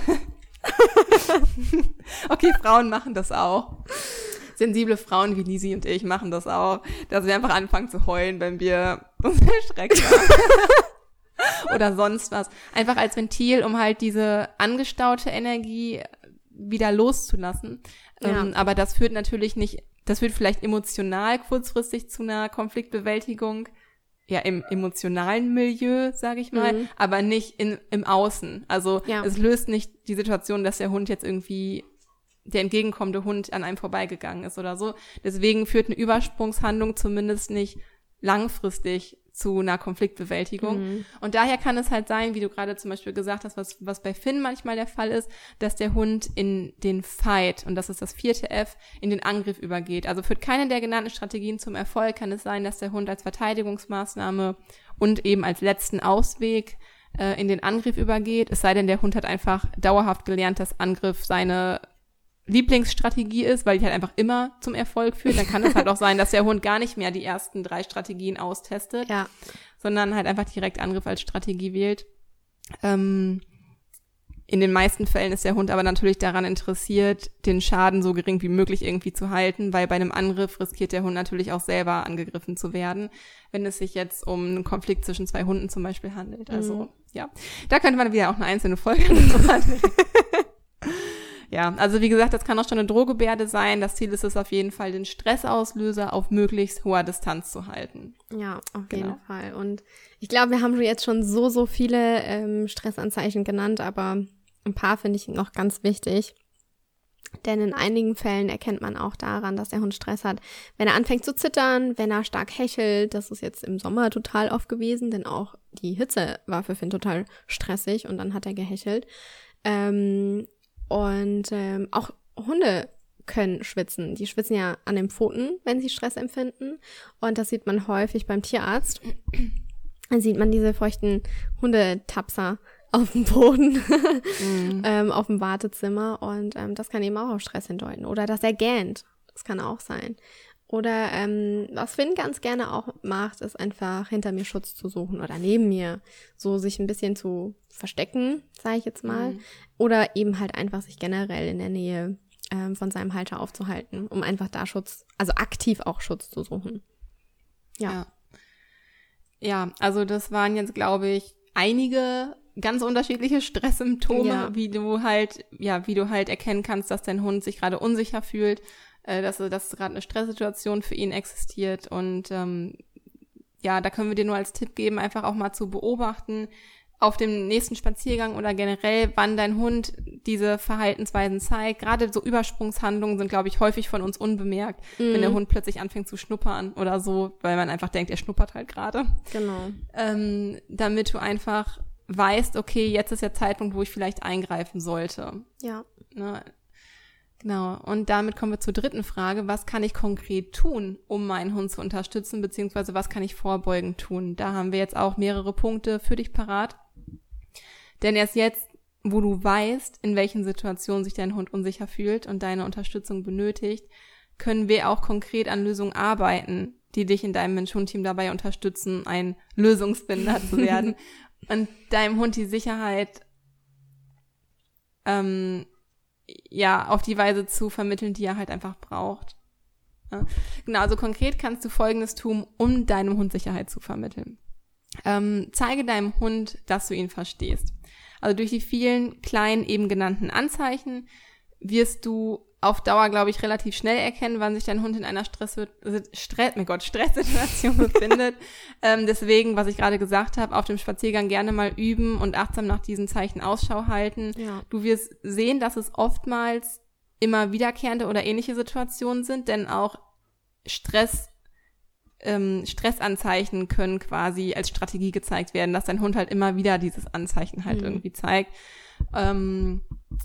Okay, Frauen machen das auch. Sensible Frauen wie Lisi und ich machen das auch, dass wir einfach anfangen zu heulen, wenn wir uns erschrecken. oder sonst was. Einfach als Ventil, um halt diese angestaute Energie wieder loszulassen. Ja. Aber das führt natürlich nicht, das führt vielleicht emotional kurzfristig zu einer Konfliktbewältigung, ja, im emotionalen Milieu, sage ich mal, aber nicht im Außen. Also es löst nicht die Situation, dass der Hund jetzt irgendwie, der entgegenkommende Hund an einem vorbeigegangen ist oder so. Deswegen führt eine Übersprungshandlung zumindest nicht langfristig zu einer Konfliktbewältigung. Und daher kann es halt sein, wie du gerade zum Beispiel gesagt hast, was bei Finn manchmal der Fall ist, dass der Hund in den Fight, und das ist das 4. F, in den Angriff übergeht. Also für keine der genannten Strategien zum Erfolg kann es sein, dass der Hund als Verteidigungsmaßnahme und eben als letzten Ausweg in den Angriff übergeht. Es sei denn, der Hund hat einfach dauerhaft gelernt, dass Angriff seine Lieblingsstrategie ist, weil die halt einfach immer zum Erfolg führt, dann kann es halt auch sein, dass der Hund gar nicht mehr die ersten 3 Strategien austestet, sondern halt einfach direkt Angriff als Strategie wählt. In den meisten Fällen ist der Hund aber natürlich daran interessiert, den Schaden so gering wie möglich irgendwie zu halten, weil bei einem Angriff riskiert der Hund natürlich auch selber angegriffen zu werden, wenn es sich jetzt um einen Konflikt zwischen 2 Hunden zum Beispiel handelt. Also, ja, da könnte man wieder auch eine einzelne Folge machen. Ja, also wie gesagt, das kann auch schon eine Drohgebärde sein. Das Ziel ist es auf jeden Fall, den Stressauslöser auf möglichst hoher Distanz zu halten. Ja, auf jeden Fall. Und ich glaube, wir haben jetzt schon so viele Stressanzeichen genannt, aber ein paar finde ich noch ganz wichtig. Denn in einigen Fällen erkennt man auch daran, dass der Hund Stress hat, wenn er anfängt zu zittern, wenn er stark hechelt. Das ist jetzt im Sommer total oft gewesen, denn auch die Hitze war für Finn total stressig und dann hat er gehechelt. Auch Hunde können schwitzen. Die schwitzen ja an den Pfoten, wenn sie Stress empfinden. Und das sieht man häufig beim Tierarzt. Dann sieht man diese feuchten Hundetapser auf dem Boden, auf dem Wartezimmer. Und das kann eben auch auf Stress hindeuten. Oder dass er gähnt. Das kann auch sein. Oder was Finn ganz gerne auch macht, ist einfach hinter mir Schutz zu suchen oder neben mir. So sich ein bisschen zu verstecken, sage ich jetzt mal. Oder eben halt einfach sich generell in der Nähe von seinem Halter aufzuhalten, um einfach da aktiv auch Schutz zu suchen. Ja, also das waren jetzt, glaube ich, einige ganz unterschiedliche Stresssymptome, wie du halt erkennen kannst, dass dein Hund sich gerade unsicher fühlt, dass gerade eine Stresssituation für ihn existiert. Und da können wir dir nur als Tipp geben, einfach auch mal zu beobachten auf dem nächsten Spaziergang oder generell, wann dein Hund diese Verhaltensweisen zeigt. Gerade so Übersprungshandlungen sind, glaube ich, häufig von uns unbemerkt, wenn der Hund plötzlich anfängt zu schnuppern oder so, weil man einfach denkt, er schnuppert halt gerade. Genau. Damit du einfach weißt, okay, jetzt ist der Zeitpunkt, wo ich vielleicht eingreifen sollte. Ja. Ne? Genau. Und damit kommen wir zur 3. Frage. Was kann ich konkret tun, um meinen Hund zu unterstützen, beziehungsweise was kann ich vorbeugend tun? Da haben wir jetzt auch mehrere Punkte für dich parat. Denn erst jetzt, wo du weißt, in welchen Situationen sich dein Hund unsicher fühlt und deine Unterstützung benötigt, können wir auch konkret an Lösungen arbeiten, die dich in deinem Mensch-Hund-Team dabei unterstützen, ein Lösungsfinder zu werden und deinem Hund die Sicherheit auf die Weise zu vermitteln, die er halt einfach braucht. Ja. Genau, also konkret kannst du Folgendes tun, um deinem Hund Sicherheit zu vermitteln. Zeige deinem Hund, dass du ihn verstehst. Also durch die vielen kleinen eben genannten Anzeichen wirst du auf Dauer, glaube ich, relativ schnell erkennen, wann sich dein Hund in einer Stresssituation befindet. Deswegen, was ich gerade gesagt habe, auf dem Spaziergang gerne mal üben und achtsam nach diesen Zeichen Ausschau halten. Ja. Du wirst sehen, dass es oftmals immer wiederkehrende oder ähnliche Situationen sind, denn auch Stressanzeichen können quasi als Strategie gezeigt werden, dass dein Hund halt immer wieder dieses Anzeichen halt irgendwie zeigt. Wenn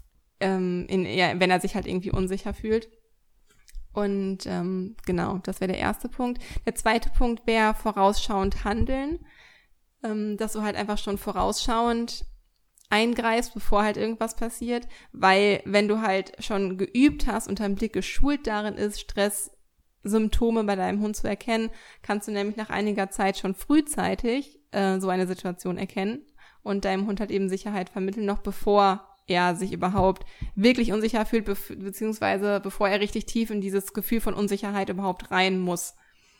er sich halt irgendwie unsicher fühlt. Und genau, das wäre der erste Punkt. Der zweite Punkt wäre vorausschauend handeln, dass du halt einfach schon vorausschauend eingreifst, bevor halt irgendwas passiert, weil wenn du halt schon geübt hast und dein Blick geschult darin ist, Stresssymptome bei deinem Hund zu erkennen, kannst du nämlich nach einiger Zeit schon frühzeitig so eine Situation erkennen und deinem Hund halt eben Sicherheit vermitteln, noch bevor er sich überhaupt wirklich unsicher fühlt, beziehungsweise bevor er richtig tief in dieses Gefühl von Unsicherheit überhaupt rein muss.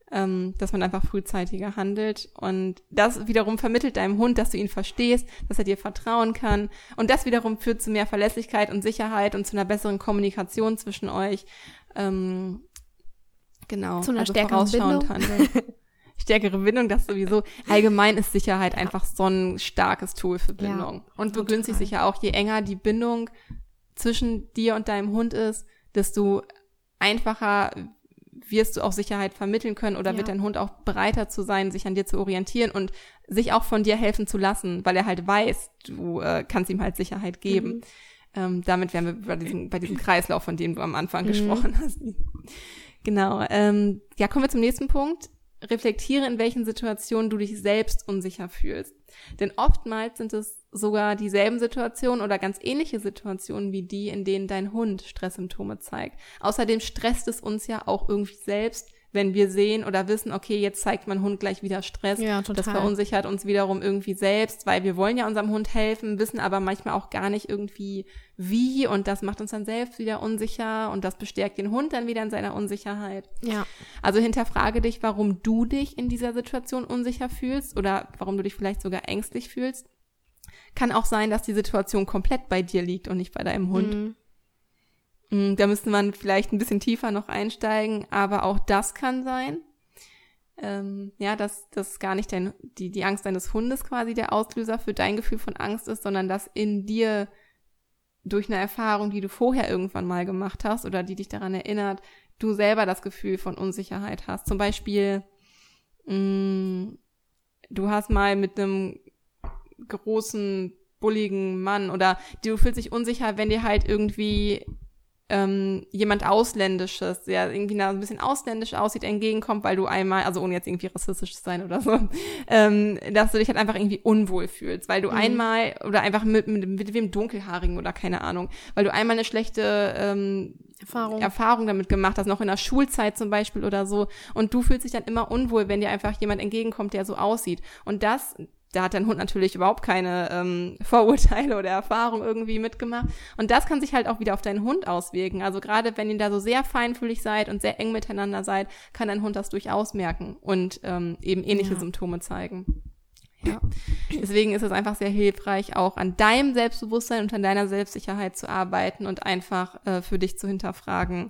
dass man einfach frühzeitiger handelt. Und das wiederum vermittelt deinem Hund, dass du ihn verstehst, dass er dir vertrauen kann. Und das wiederum führt zu mehr Verlässlichkeit und Sicherheit und zu einer besseren Kommunikation zwischen euch. Genau. Zu einer also stärkeren vorausschauend Bindung. handeln. Stärkere Bindung, das sowieso. Allgemein ist Sicherheit einfach so ein starkes Tool für Bindung. Ja, und begünstigt sich ja auch, je enger die Bindung zwischen dir und deinem Hund ist, desto einfacher wirst du auch Sicherheit vermitteln können oder wird dein Hund auch bereiter zu sein, sich an dir zu orientieren und sich auch von dir helfen zu lassen, weil er halt weiß, du kannst ihm halt Sicherheit geben. Damit wären wir bei diesem Kreislauf, von dem du am Anfang gesprochen hast. Genau. Kommen wir zum nächsten Punkt. Reflektiere, in welchen Situationen du dich selbst unsicher fühlst. Denn oftmals sind es sogar dieselben Situationen oder ganz ähnliche Situationen wie die, in denen dein Hund Stresssymptome zeigt. Außerdem stresst es uns ja auch irgendwie selbst, wenn wir sehen oder wissen, okay, jetzt zeigt mein Hund gleich wieder Stress. Ja, total. Das verunsichert uns wiederum irgendwie selbst, weil wir wollen ja unserem Hund helfen, wissen aber manchmal auch gar nicht irgendwie wie, und das macht uns dann selbst wieder unsicher und das bestärkt den Hund dann wieder in seiner Unsicherheit. Ja. Also hinterfrage dich, warum du dich in dieser Situation unsicher fühlst oder warum du dich vielleicht sogar ängstlich fühlst. Kann auch sein, dass die Situation komplett bei dir liegt und nicht bei deinem Hund. Da müsste man vielleicht ein bisschen tiefer noch einsteigen, aber auch das kann sein. Dass gar nicht die Angst deines Hundes quasi der Auslöser für dein Gefühl von Angst ist, sondern dass in dir durch eine Erfahrung, die du vorher irgendwann mal gemacht hast oder die dich daran erinnert, du selber das Gefühl von Unsicherheit hast. Zum Beispiel, du hast mal mit einem großen, bulligen Mann oder du fühlst dich unsicher, wenn dir halt irgendwie jemand Ausländisches, der irgendwie ein bisschen ausländisch aussieht, entgegenkommt, weil du einmal, also ohne jetzt irgendwie rassistisch zu sein oder so, dass du dich halt einfach irgendwie unwohl fühlst, weil du einmal, oder einfach mit wem Dunkelhaarigen oder keine Ahnung, weil du einmal eine schlechte Erfahrung damit gemacht hast, noch in der Schulzeit zum Beispiel oder so, und du fühlst dich dann immer unwohl, wenn dir einfach jemand entgegenkommt, der so aussieht. Und da hat dein Hund natürlich überhaupt keine Vorurteile oder Erfahrung irgendwie mitgemacht. Und das kann sich halt auch wieder auf deinen Hund auswirken. Also gerade wenn ihr da so sehr feinfühlig seid und sehr eng miteinander seid, kann dein Hund das durchaus merken und eben ähnliche Symptome zeigen. Ja. Deswegen ist es einfach sehr hilfreich, auch an deinem Selbstbewusstsein und an deiner Selbstsicherheit zu arbeiten und einfach für dich zu hinterfragen,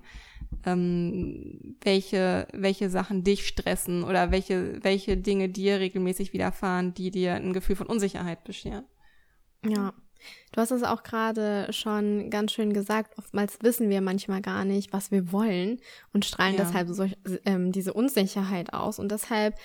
welche Sachen dich stressen oder welche Dinge dir regelmäßig widerfahren, die dir ein Gefühl von Unsicherheit bescheren. Ja, du hast es auch gerade schon ganz schön gesagt. Oftmals wissen wir manchmal gar nicht, was wir wollen und strahlen deshalb diese Unsicherheit aus. Und deshalb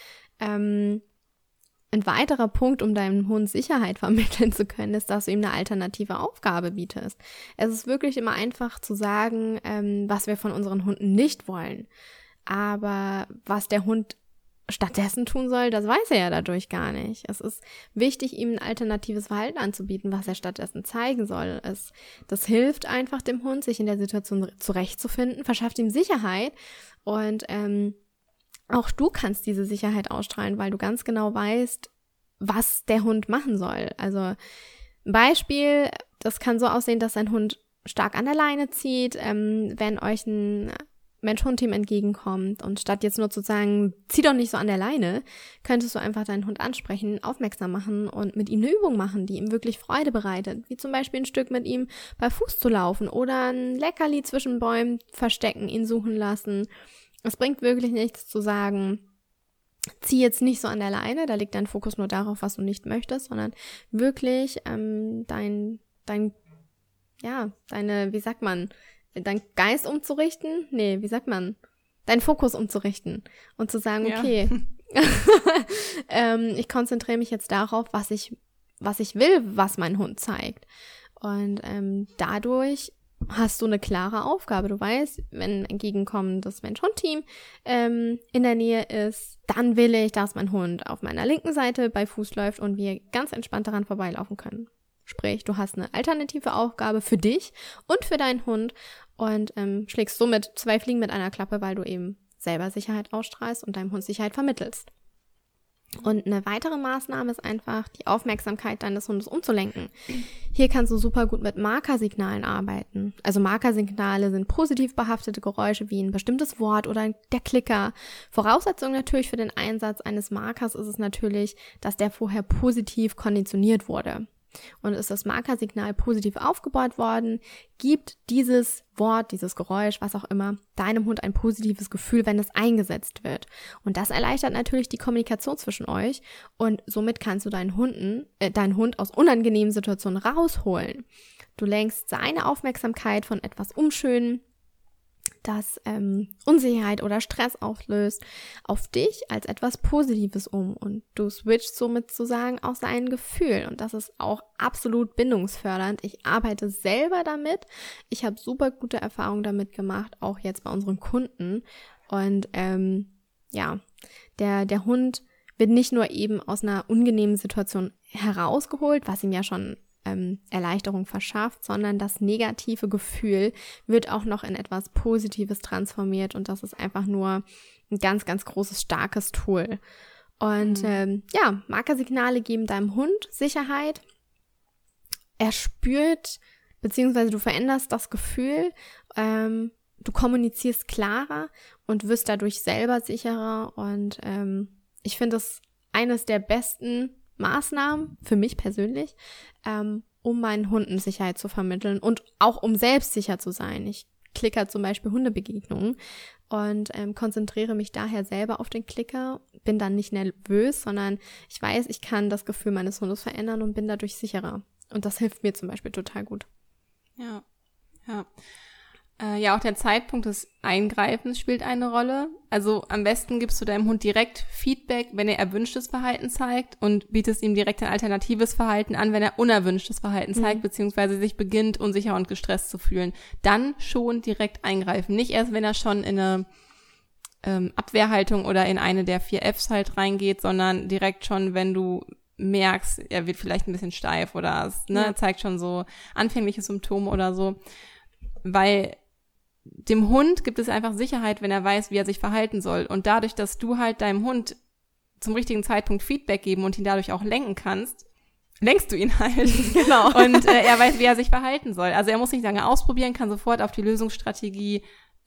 ein weiterer Punkt, um deinem Hund Sicherheit vermitteln zu können, ist, dass du ihm eine alternative Aufgabe bietest. Es ist wirklich immer einfach zu sagen, was wir von unseren Hunden nicht wollen. Aber was der Hund stattdessen tun soll, das weiß er ja dadurch gar nicht. Es ist wichtig, ihm ein alternatives Verhalten anzubieten, was er stattdessen zeigen soll. Das hilft einfach dem Hund, sich in der Situation zurechtzufinden, verschafft ihm Sicherheit und auch du kannst diese Sicherheit ausstrahlen, weil du ganz genau weißt, was der Hund machen soll. Also ein Beispiel, das kann so aussehen, dass dein Hund stark an der Leine zieht, wenn euch ein Mensch-Hund-Team entgegenkommt und statt jetzt nur zu sagen, zieh doch nicht so an der Leine, könntest du einfach deinen Hund ansprechen, aufmerksam machen und mit ihm eine Übung machen, die ihm wirklich Freude bereitet. Wie zum Beispiel ein Stück mit ihm bei Fuß zu laufen oder ein Leckerli zwischen Bäumen verstecken, ihn suchen lassen. Es bringt wirklich nichts zu sagen, zieh jetzt nicht so an der Leine, da liegt dein Fokus nur darauf, was du nicht möchtest, sondern wirklich dein Geist umzurichten? Nee, wie sagt man? Deinen Fokus umzurichten und zu sagen, okay, ich konzentriere mich jetzt darauf, was ich will, was mein Hund zeigt. Und dadurch hast du eine klare Aufgabe. Du weißt, wenn ein entgegenkommendes Mensch-Hund-Team in der Nähe ist, dann will ich, dass mein Hund auf meiner linken Seite bei Fuß läuft und wir ganz entspannt daran vorbeilaufen können. Sprich, du hast eine alternative Aufgabe für dich und für deinen Hund und schlägst somit 2 Fliegen mit einer Klappe, weil du eben selber Sicherheit ausstrahlst und deinem Hund Sicherheit vermittelst. Und eine weitere Maßnahme ist einfach, die Aufmerksamkeit deines Hundes umzulenken. Hier kannst du super gut mit Markersignalen arbeiten. Also Markersignale sind positiv behaftete Geräusche wie ein bestimmtes Wort oder der Klicker. Voraussetzung natürlich für den Einsatz eines Markers ist es natürlich, dass der vorher positiv konditioniert wurde. Und ist das Markersignal positiv aufgebaut worden, gibt dieses Wort, dieses Geräusch, was auch immer, deinem Hund ein positives Gefühl, wenn es eingesetzt wird. Und das erleichtert natürlich die Kommunikation zwischen euch und somit kannst du deinen Hund aus unangenehmen Situationen rausholen. Du lenkst seine Aufmerksamkeit von etwas Unschönen, das Unsicherheit oder Stress auslöst, auf dich als etwas Positives um und du switchst somit sozusagen auch sein Gefühl und das ist auch absolut bindungsfördernd. Ich arbeite selber damit, ich habe super gute Erfahrungen damit gemacht, auch jetzt bei unseren Kunden und der Hund wird nicht nur eben aus einer unangenehmen Situation herausgeholt, was ihm ja schon Erleichterung verschafft, sondern das negative Gefühl wird auch noch in etwas Positives transformiert und das ist einfach nur ein ganz, ganz großes, starkes Tool. Und Markersignale geben deinem Hund Sicherheit. Er spürt, beziehungsweise du veränderst das Gefühl, du kommunizierst klarer und wirst dadurch selber sicherer und ich finde das eines der besten Maßnahmen, für mich persönlich, um meinen Hunden Sicherheit zu vermitteln und auch um selbst sicher zu sein. Ich klicker zum Beispiel Hundebegegnungen und konzentriere mich daher selber auf den Klicker, bin dann nicht nervös, sondern ich weiß, ich kann das Gefühl meines Hundes verändern und bin dadurch sicherer. Und das hilft mir zum Beispiel total gut. Ja. Auch der Zeitpunkt des Eingreifens spielt eine Rolle. Also am besten gibst du deinem Hund direkt Feedback, wenn er erwünschtes Verhalten zeigt und bietest ihm direkt ein alternatives Verhalten an, wenn er unerwünschtes Verhalten zeigt, beziehungsweise sich beginnt, unsicher und gestresst zu fühlen. Dann schon direkt eingreifen. Nicht erst, wenn er schon in eine Abwehrhaltung oder in eine der 4 Fs halt reingeht, sondern direkt schon, wenn du merkst, er wird vielleicht ein bisschen steif oder zeigt schon so anfängliche Symptome oder so. Weil dem Hund gibt es einfach Sicherheit, wenn er weiß, wie er sich verhalten soll. Und dadurch, dass du halt deinem Hund zum richtigen Zeitpunkt Feedback geben und ihn dadurch auch lenken kannst, lenkst du ihn halt. Genau. Und er weiß, wie er sich verhalten soll. Also er muss nicht lange ausprobieren, kann sofort auf die Lösungsstrategie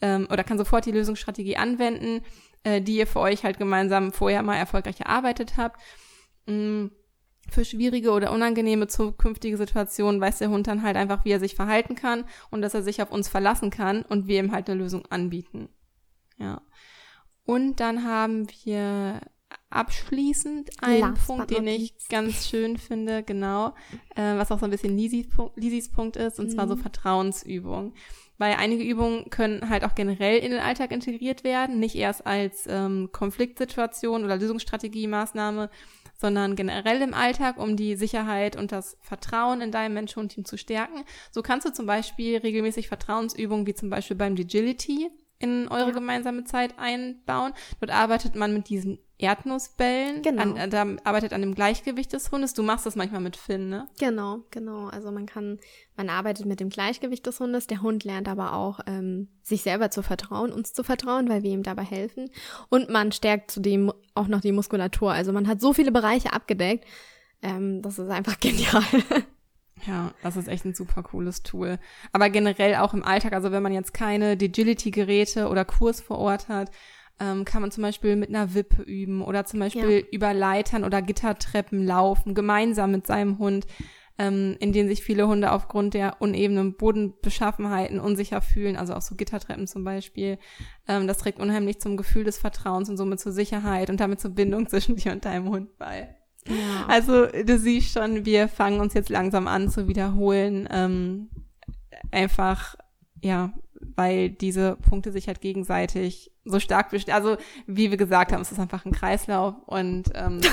anwenden, die ihr für euch halt gemeinsam vorher mal erfolgreich erarbeitet habt. Für schwierige oder unangenehme zukünftige Situationen weiß der Hund dann halt einfach, wie er sich verhalten kann und dass er sich auf uns verlassen kann und wir ihm halt eine Lösung anbieten. Ja. Und dann haben wir abschließend einen Punkt, den ich ganz schön finde, genau, was auch so ein bisschen Lisis Punkt ist, und zwar so Vertrauensübungen. Weil einige Übungen können halt auch generell in den Alltag integriert werden, nicht erst als Konfliktsituation oder Lösungsstrategie-Maßnahme, sondern generell im Alltag, um die Sicherheit und das Vertrauen in deinem Mensch-Hund-Team zu stärken. So kannst du zum Beispiel regelmäßig Vertrauensübungen, wie zum Beispiel beim Agility, in eure gemeinsame Zeit einbauen. Dort arbeitet man mit diesen Erdnussbällen. Genau. Da arbeitet an dem Gleichgewicht des Hundes. Du machst das manchmal mit Finn, ne? Genau. Also man arbeitet mit dem Gleichgewicht des Hundes. Der Hund lernt aber auch, sich selber zu vertrauen, uns zu vertrauen, weil wir ihm dabei helfen. Und man stärkt zudem auch noch die Muskulatur. Also man hat so viele Bereiche abgedeckt. Das ist einfach genial. Ja, das ist echt ein super cooles Tool. Aber generell auch im Alltag, also wenn man jetzt keine Agility-Geräte oder Kurs vor Ort hat, kann man zum Beispiel mit einer Wippe üben oder zum Beispiel über Leitern oder Gittertreppen laufen, gemeinsam mit seinem Hund, in denen sich viele Hunde aufgrund der unebenen Bodenbeschaffenheiten unsicher fühlen, also auch so Gittertreppen zum Beispiel. Das trägt unheimlich zum Gefühl des Vertrauens und somit zur Sicherheit und damit zur Bindung zwischen dir und deinem Hund bei. Ja. Also du siehst schon, wir fangen uns jetzt langsam an zu wiederholen, einfach, ja, weil diese Punkte sich halt gegenseitig so stark also wie wir gesagt haben, es ist einfach ein Kreislauf und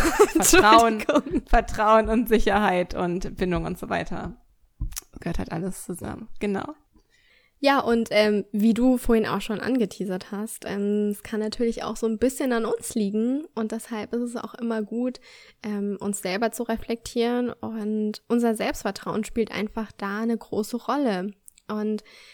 Vertrauen und Sicherheit und Bindung und so weiter gehört halt alles zusammen, genau. Ja, und wie du vorhin auch schon angeteasert hast, es kann natürlich auch so ein bisschen an uns liegen und deshalb ist es auch immer gut, uns selber zu reflektieren und unser Selbstvertrauen spielt einfach da eine große Rolle. Und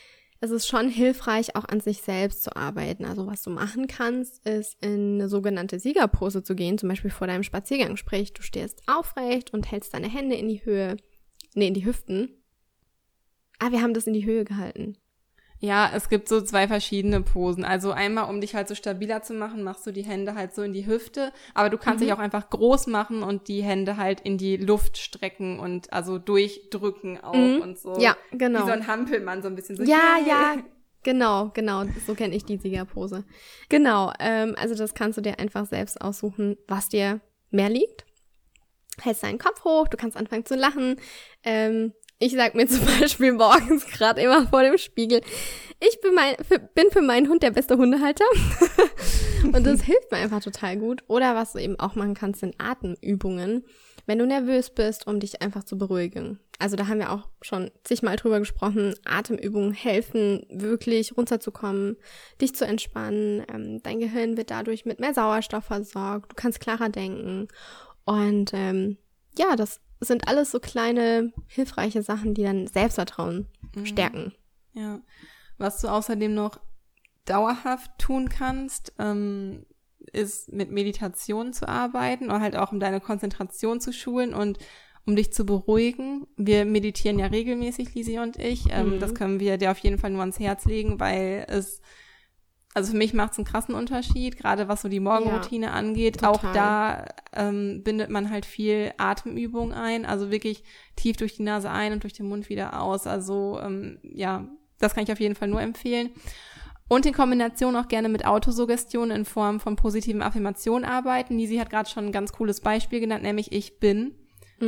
es ist schon hilfreich, auch an sich selbst zu arbeiten. Also was du machen kannst, ist in eine sogenannte Siegerpose zu gehen, zum Beispiel vor deinem Spaziergang. Sprich, du stehst aufrecht und hältst deine Hände in die Höhe, in die Hüften. Wir haben das in die Höhe gehalten. Ja, es gibt so 2 verschiedene Posen. Also einmal, um dich halt so stabiler zu machen, machst du die Hände halt so in die Hüfte. Aber du kannst dich auch einfach groß machen und die Hände halt in die Luft strecken und also durchdrücken auch und so. Ja, genau. Wie so ein Hampelmann, so ein bisschen so. Ja, genau. So kenne ich die Siegerpose. Genau, also das kannst du dir einfach selbst aussuchen, was dir mehr liegt. Hältst deinen Kopf hoch, du kannst anfangen zu lachen. Ich sag mir zum Beispiel morgens gerade immer vor dem Spiegel, ich bin für meinen Hund der beste Hundehalter. Und das hilft mir einfach total gut. Oder was du eben auch machen kannst, sind Atemübungen, wenn du nervös bist, um dich einfach zu beruhigen. Also da haben wir auch schon zigmal drüber gesprochen. Atemübungen helfen, wirklich runterzukommen, dich zu entspannen. Dein Gehirn wird dadurch mit mehr Sauerstoff versorgt. Du kannst klarer denken. Und das sind alles so kleine, hilfreiche Sachen, die dann Selbstvertrauen stärken. Ja, was du außerdem noch dauerhaft tun kannst, ist mit Meditation zu arbeiten oder halt auch um deine Konzentration zu schulen und um dich zu beruhigen. Wir meditieren ja regelmäßig, Lisi und ich. Das können wir dir auf jeden Fall nur ans Herz legen, weil also für mich macht es einen krassen Unterschied, gerade was so die Morgenroutine angeht. Total. Auch da bindet man halt viel Atemübung ein, also wirklich tief durch die Nase ein und durch den Mund wieder aus. Also das kann ich auf jeden Fall nur empfehlen. Und in Kombination auch gerne mit Autosuggestion in Form von positiven Affirmationen arbeiten. Nisi hat gerade schon ein ganz cooles Beispiel genannt, nämlich ich bin, ..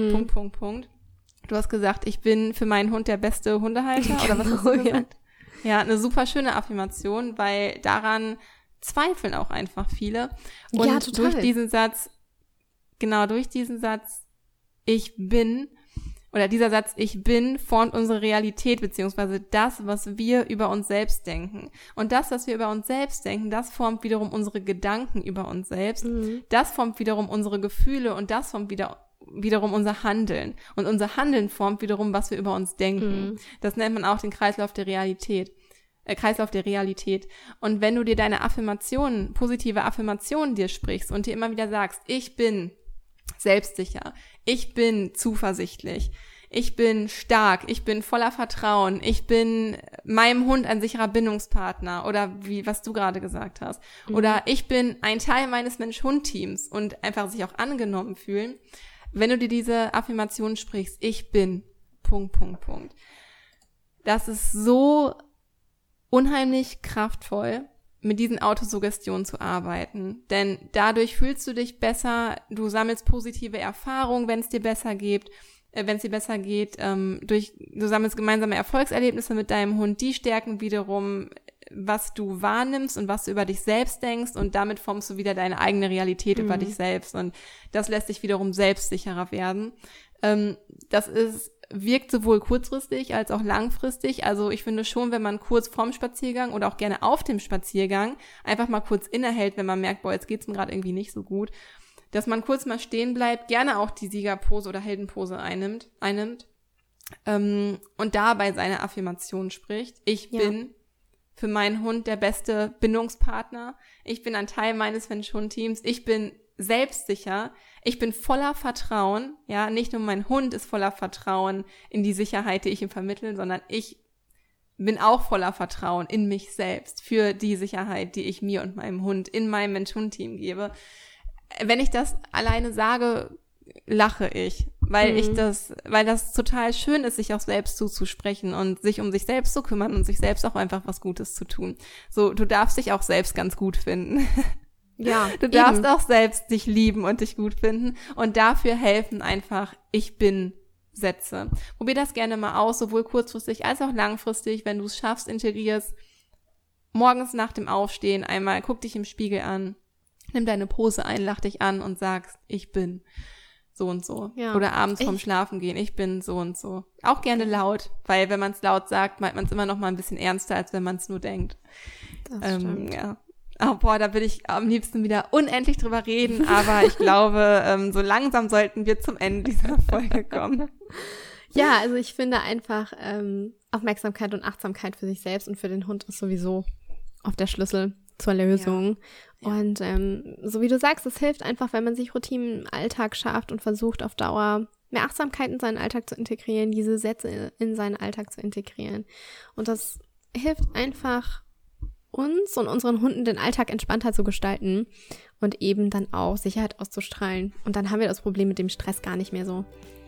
Du hast gesagt, ich bin für meinen Hund der beste Hundehalter, oder was hast du gesagt? Ja, eine super schöne Affirmation, weil daran zweifeln auch einfach viele. Und ja, total. durch diesen Satz, ich bin, oder dieser Satz, ich bin, formt unsere Realität, beziehungsweise das, was wir über uns selbst denken. Und das, was wir über uns selbst denken, das formt wiederum unsere Gedanken über uns selbst. Das formt wiederum unsere Gefühle und das formt wiederum unser Handeln. Und unser Handeln formt wiederum, was wir über uns denken. Das nennt man auch den Kreislauf der Realität. Und wenn du dir deine Affirmationen, positive Affirmationen dir sprichst und dir immer wieder sagst, ich bin selbstsicher, ich bin zuversichtlich, ich bin stark, ich bin voller Vertrauen, ich bin meinem Hund ein sicherer Bindungspartner oder was du gerade gesagt hast. Oder ich bin ein Teil meines Mensch-Hund-Teams und einfach sich auch angenommen fühlen. Wenn du dir diese Affirmation sprichst, ich bin, .. Das ist so unheimlich kraftvoll, mit diesen Autosuggestionen zu arbeiten. Denn dadurch fühlst du dich besser, du sammelst positive Erfahrungen, wenn es dir besser geht. Du sammelst gemeinsame Erfolgserlebnisse mit deinem Hund, die stärken wiederum, was du wahrnimmst und was du über dich selbst denkst und damit formst du wieder deine eigene Realität über dich selbst und das lässt dich wiederum selbstsicherer werden. Das wirkt sowohl kurzfristig als auch langfristig. Also ich finde schon, wenn man kurz vorm Spaziergang oder auch gerne auf dem Spaziergang einfach mal kurz innehält, wenn man merkt, jetzt geht's mir gerade irgendwie nicht so gut, dass man kurz mal stehen bleibt, gerne auch die Siegerpose oder Heldenpose einnimmt und dabei seine Affirmation spricht. Ich bin für meinen Hund der beste Bindungspartner. Ich bin ein Teil meines Mensch-Hund-Teams. Ich bin selbstsicher. Ich bin voller Vertrauen. Ja, nicht nur mein Hund ist voller Vertrauen in die Sicherheit, die ich ihm vermittle, sondern ich bin auch voller Vertrauen in mich selbst für die Sicherheit, die ich mir und meinem Hund in meinem Mensch-Hund-Team gebe. Wenn ich das alleine sage, lache ich, weil das total schön ist, sich auch selbst zuzusprechen und sich um sich selbst zu kümmern und sich selbst auch einfach was Gutes zu tun. So, du darfst dich auch selbst ganz gut finden. Ja, du darfst auch selbst dich lieben und dich gut finden und dafür helfen einfach Ich bin Sätze. Probier das gerne mal aus, sowohl kurzfristig als auch langfristig, wenn du es schaffst, integrierst. Morgens nach dem Aufstehen einmal, guck dich im Spiegel an, nimm deine Pose ein, lach dich an und sagst, ich bin so und so. Ja. Oder abends vorm Schlafen gehen, ich bin so und so. Auch gerne laut, weil wenn man es laut sagt, meint man es immer noch mal ein bisschen ernster, als wenn man es nur denkt. Das stimmt. Ja. Da will ich am liebsten wieder unendlich drüber reden, aber ich glaube, so langsam sollten wir zum Ende dieser Folge kommen. Ja, also ich finde einfach, Aufmerksamkeit und Achtsamkeit für sich selbst und für den Hund ist sowieso oft der Schlüssel zur Lösung. Ja. Und so wie du sagst, es hilft einfach, wenn man sich Routinen im Alltag schafft und versucht auf Dauer mehr Achtsamkeit in seinen Alltag zu integrieren, diese Sätze in seinen Alltag zu integrieren. Und das hilft einfach uns und unseren Hunden den Alltag entspannter zu gestalten und eben dann auch Sicherheit auszustrahlen. Und dann haben wir das Problem mit dem Stress gar nicht mehr so.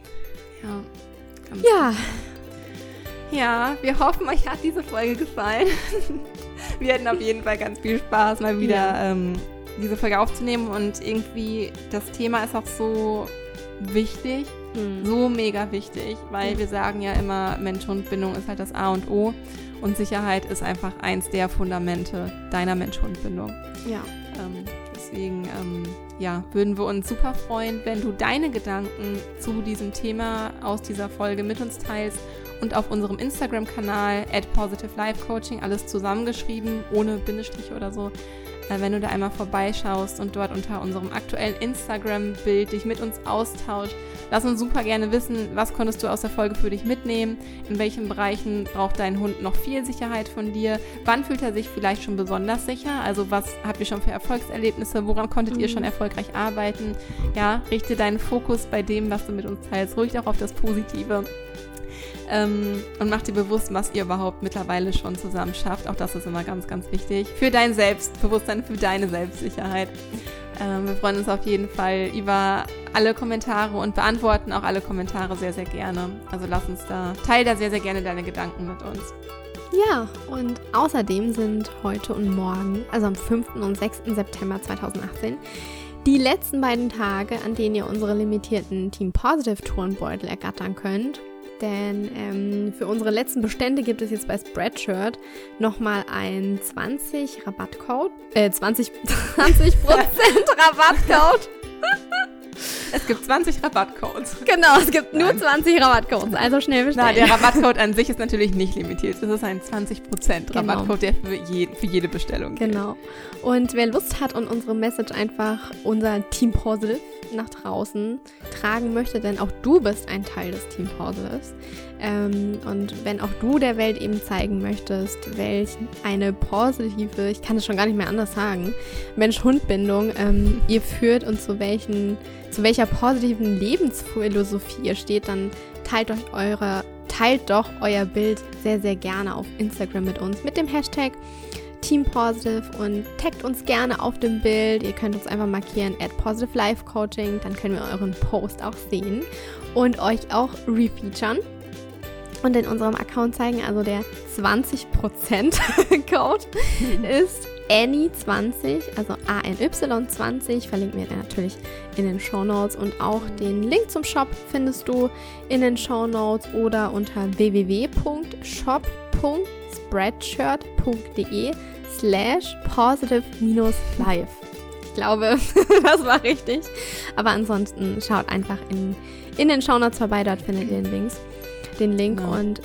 Ja. Ja, wir hoffen, euch hat diese Folge gefallen. Wir hatten auf jeden Fall ganz viel Spaß, mal wieder diese Folge aufzunehmen. Und irgendwie, das Thema ist auch so wichtig, so mega wichtig, weil wir sagen ja immer, Mensch-Hund-Bindung ist halt das A und O. Und Sicherheit ist einfach eins der Fundamente deiner Mensch-Hund-Bindung. Ja. Deswegen, würden wir uns super freuen, wenn du deine Gedanken zu diesem Thema aus dieser Folge mit uns teilst und auf unserem Instagram-Kanal @positivelifecoaching, alles zusammengeschrieben, ohne Bindestrich oder so, wenn du da einmal vorbeischaust und dort unter unserem aktuellen Instagram-Bild dich mit uns austauschst. Lass uns super gerne wissen, was konntest du aus der Folge für dich mitnehmen, in welchen Bereichen braucht dein Hund noch viel Sicherheit von dir, wann fühlt er sich vielleicht schon besonders sicher, also was habt ihr schon für Erfolgserlebnisse, woran konntet ihr schon erfolgreich arbeiten, ja, richte deinen Fokus bei dem, was du mit uns teilst, ruhig auch auf das Positive. Und mach dir bewusst, was ihr überhaupt mittlerweile schon zusammen schafft. Auch das ist immer ganz, ganz wichtig. Für dein Selbstbewusstsein, für deine Selbstsicherheit. Wir freuen uns auf jeden Fall über alle Kommentare und beantworten auch alle Kommentare sehr, sehr gerne. Also teil da sehr, sehr gerne deine Gedanken mit uns. Ja, und außerdem sind heute und morgen, also am 5. und 6. September 2018, die letzten beiden Tage, an denen ihr unsere limitierten Team Positive Turnbeutel ergattern könnt. Denn für unsere letzten Bestände gibt es jetzt bei Spreadshirt nochmal einen 20% Rabattcode. Es gibt 20 Rabattcodes. Genau, es gibt nur 20 Rabattcodes, also schnell bestellen. Der Rabattcode an sich ist natürlich nicht limitiert. Es ist ein 20% Rabattcode, der für jede Bestellung gilt. Genau. Und wer Lust hat und unsere Message einfach, unser Team Positive, nach draußen tragen möchte, denn auch du bist ein Teil des Team Positives. Und wenn auch du der Welt eben zeigen möchtest, welch eine positive, ich kann es schon gar nicht mehr anders sagen, Mensch-Hund-Bindung ihr führt und zu welcher positiven Lebensphilosophie ihr steht, dann teilt doch euer Bild sehr, sehr gerne auf Instagram mit uns mit dem Hashtag Team Positive und taggt uns gerne auf dem Bild. Ihr könnt uns einfach markieren @positivlifecoaching, dann können wir euren Post auch sehen und euch auch refeaturen und in unserem Account zeigen. Also der 20% Code ist ANY20, also ANY20, verlinken wir dann natürlich in den Shownotes und auch den Link zum Shop findest du in den Shownotes oder unter www.shop.spreadshirt.de/positive-life. Ich glaube, das war richtig. Aber ansonsten schaut einfach in den Shownotes vorbei, dort findet ihr den Link genau. Und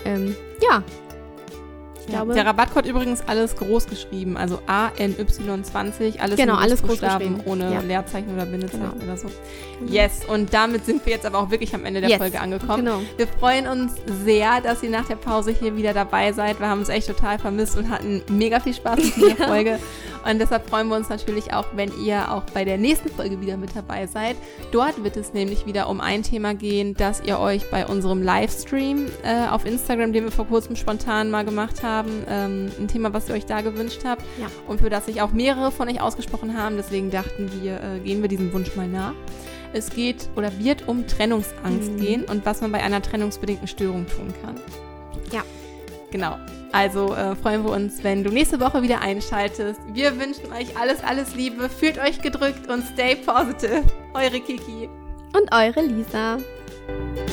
ich glaube, der Rabattcode übrigens alles groß geschrieben, also ANY20, alles genau, alles groß geschrieben, ohne Leerzeichen oder Bindezeichen oder so. Yes, und damit sind wir jetzt aber auch wirklich am Ende der Folge angekommen. Genau. Wir freuen uns sehr, dass ihr nach der Pause hier wieder dabei seid. Wir haben uns echt total vermisst und hatten mega viel Spaß mit dieser Folge. Und deshalb freuen wir uns natürlich auch, wenn ihr auch bei der nächsten Folge wieder mit dabei seid. Dort wird es nämlich wieder um ein Thema gehen, das ihr euch bei unserem Livestream auf Instagram, den wir vor kurzem spontan mal gemacht haben, ein Thema, was ihr euch da gewünscht habt und für das sich auch mehrere von euch ausgesprochen haben. Deswegen dachten wir, gehen wir diesem Wunsch mal nach. Es geht oder wird um Trennungsangst gehen und was man bei einer trennungsbedingten Störung tun kann. Ja. Genau. Also freuen wir uns, wenn du nächste Woche wieder einschaltest. Wir wünschen euch alles Liebe. Fühlt euch gedrückt und stay positive. Eure Kiki. Und eure Lisa.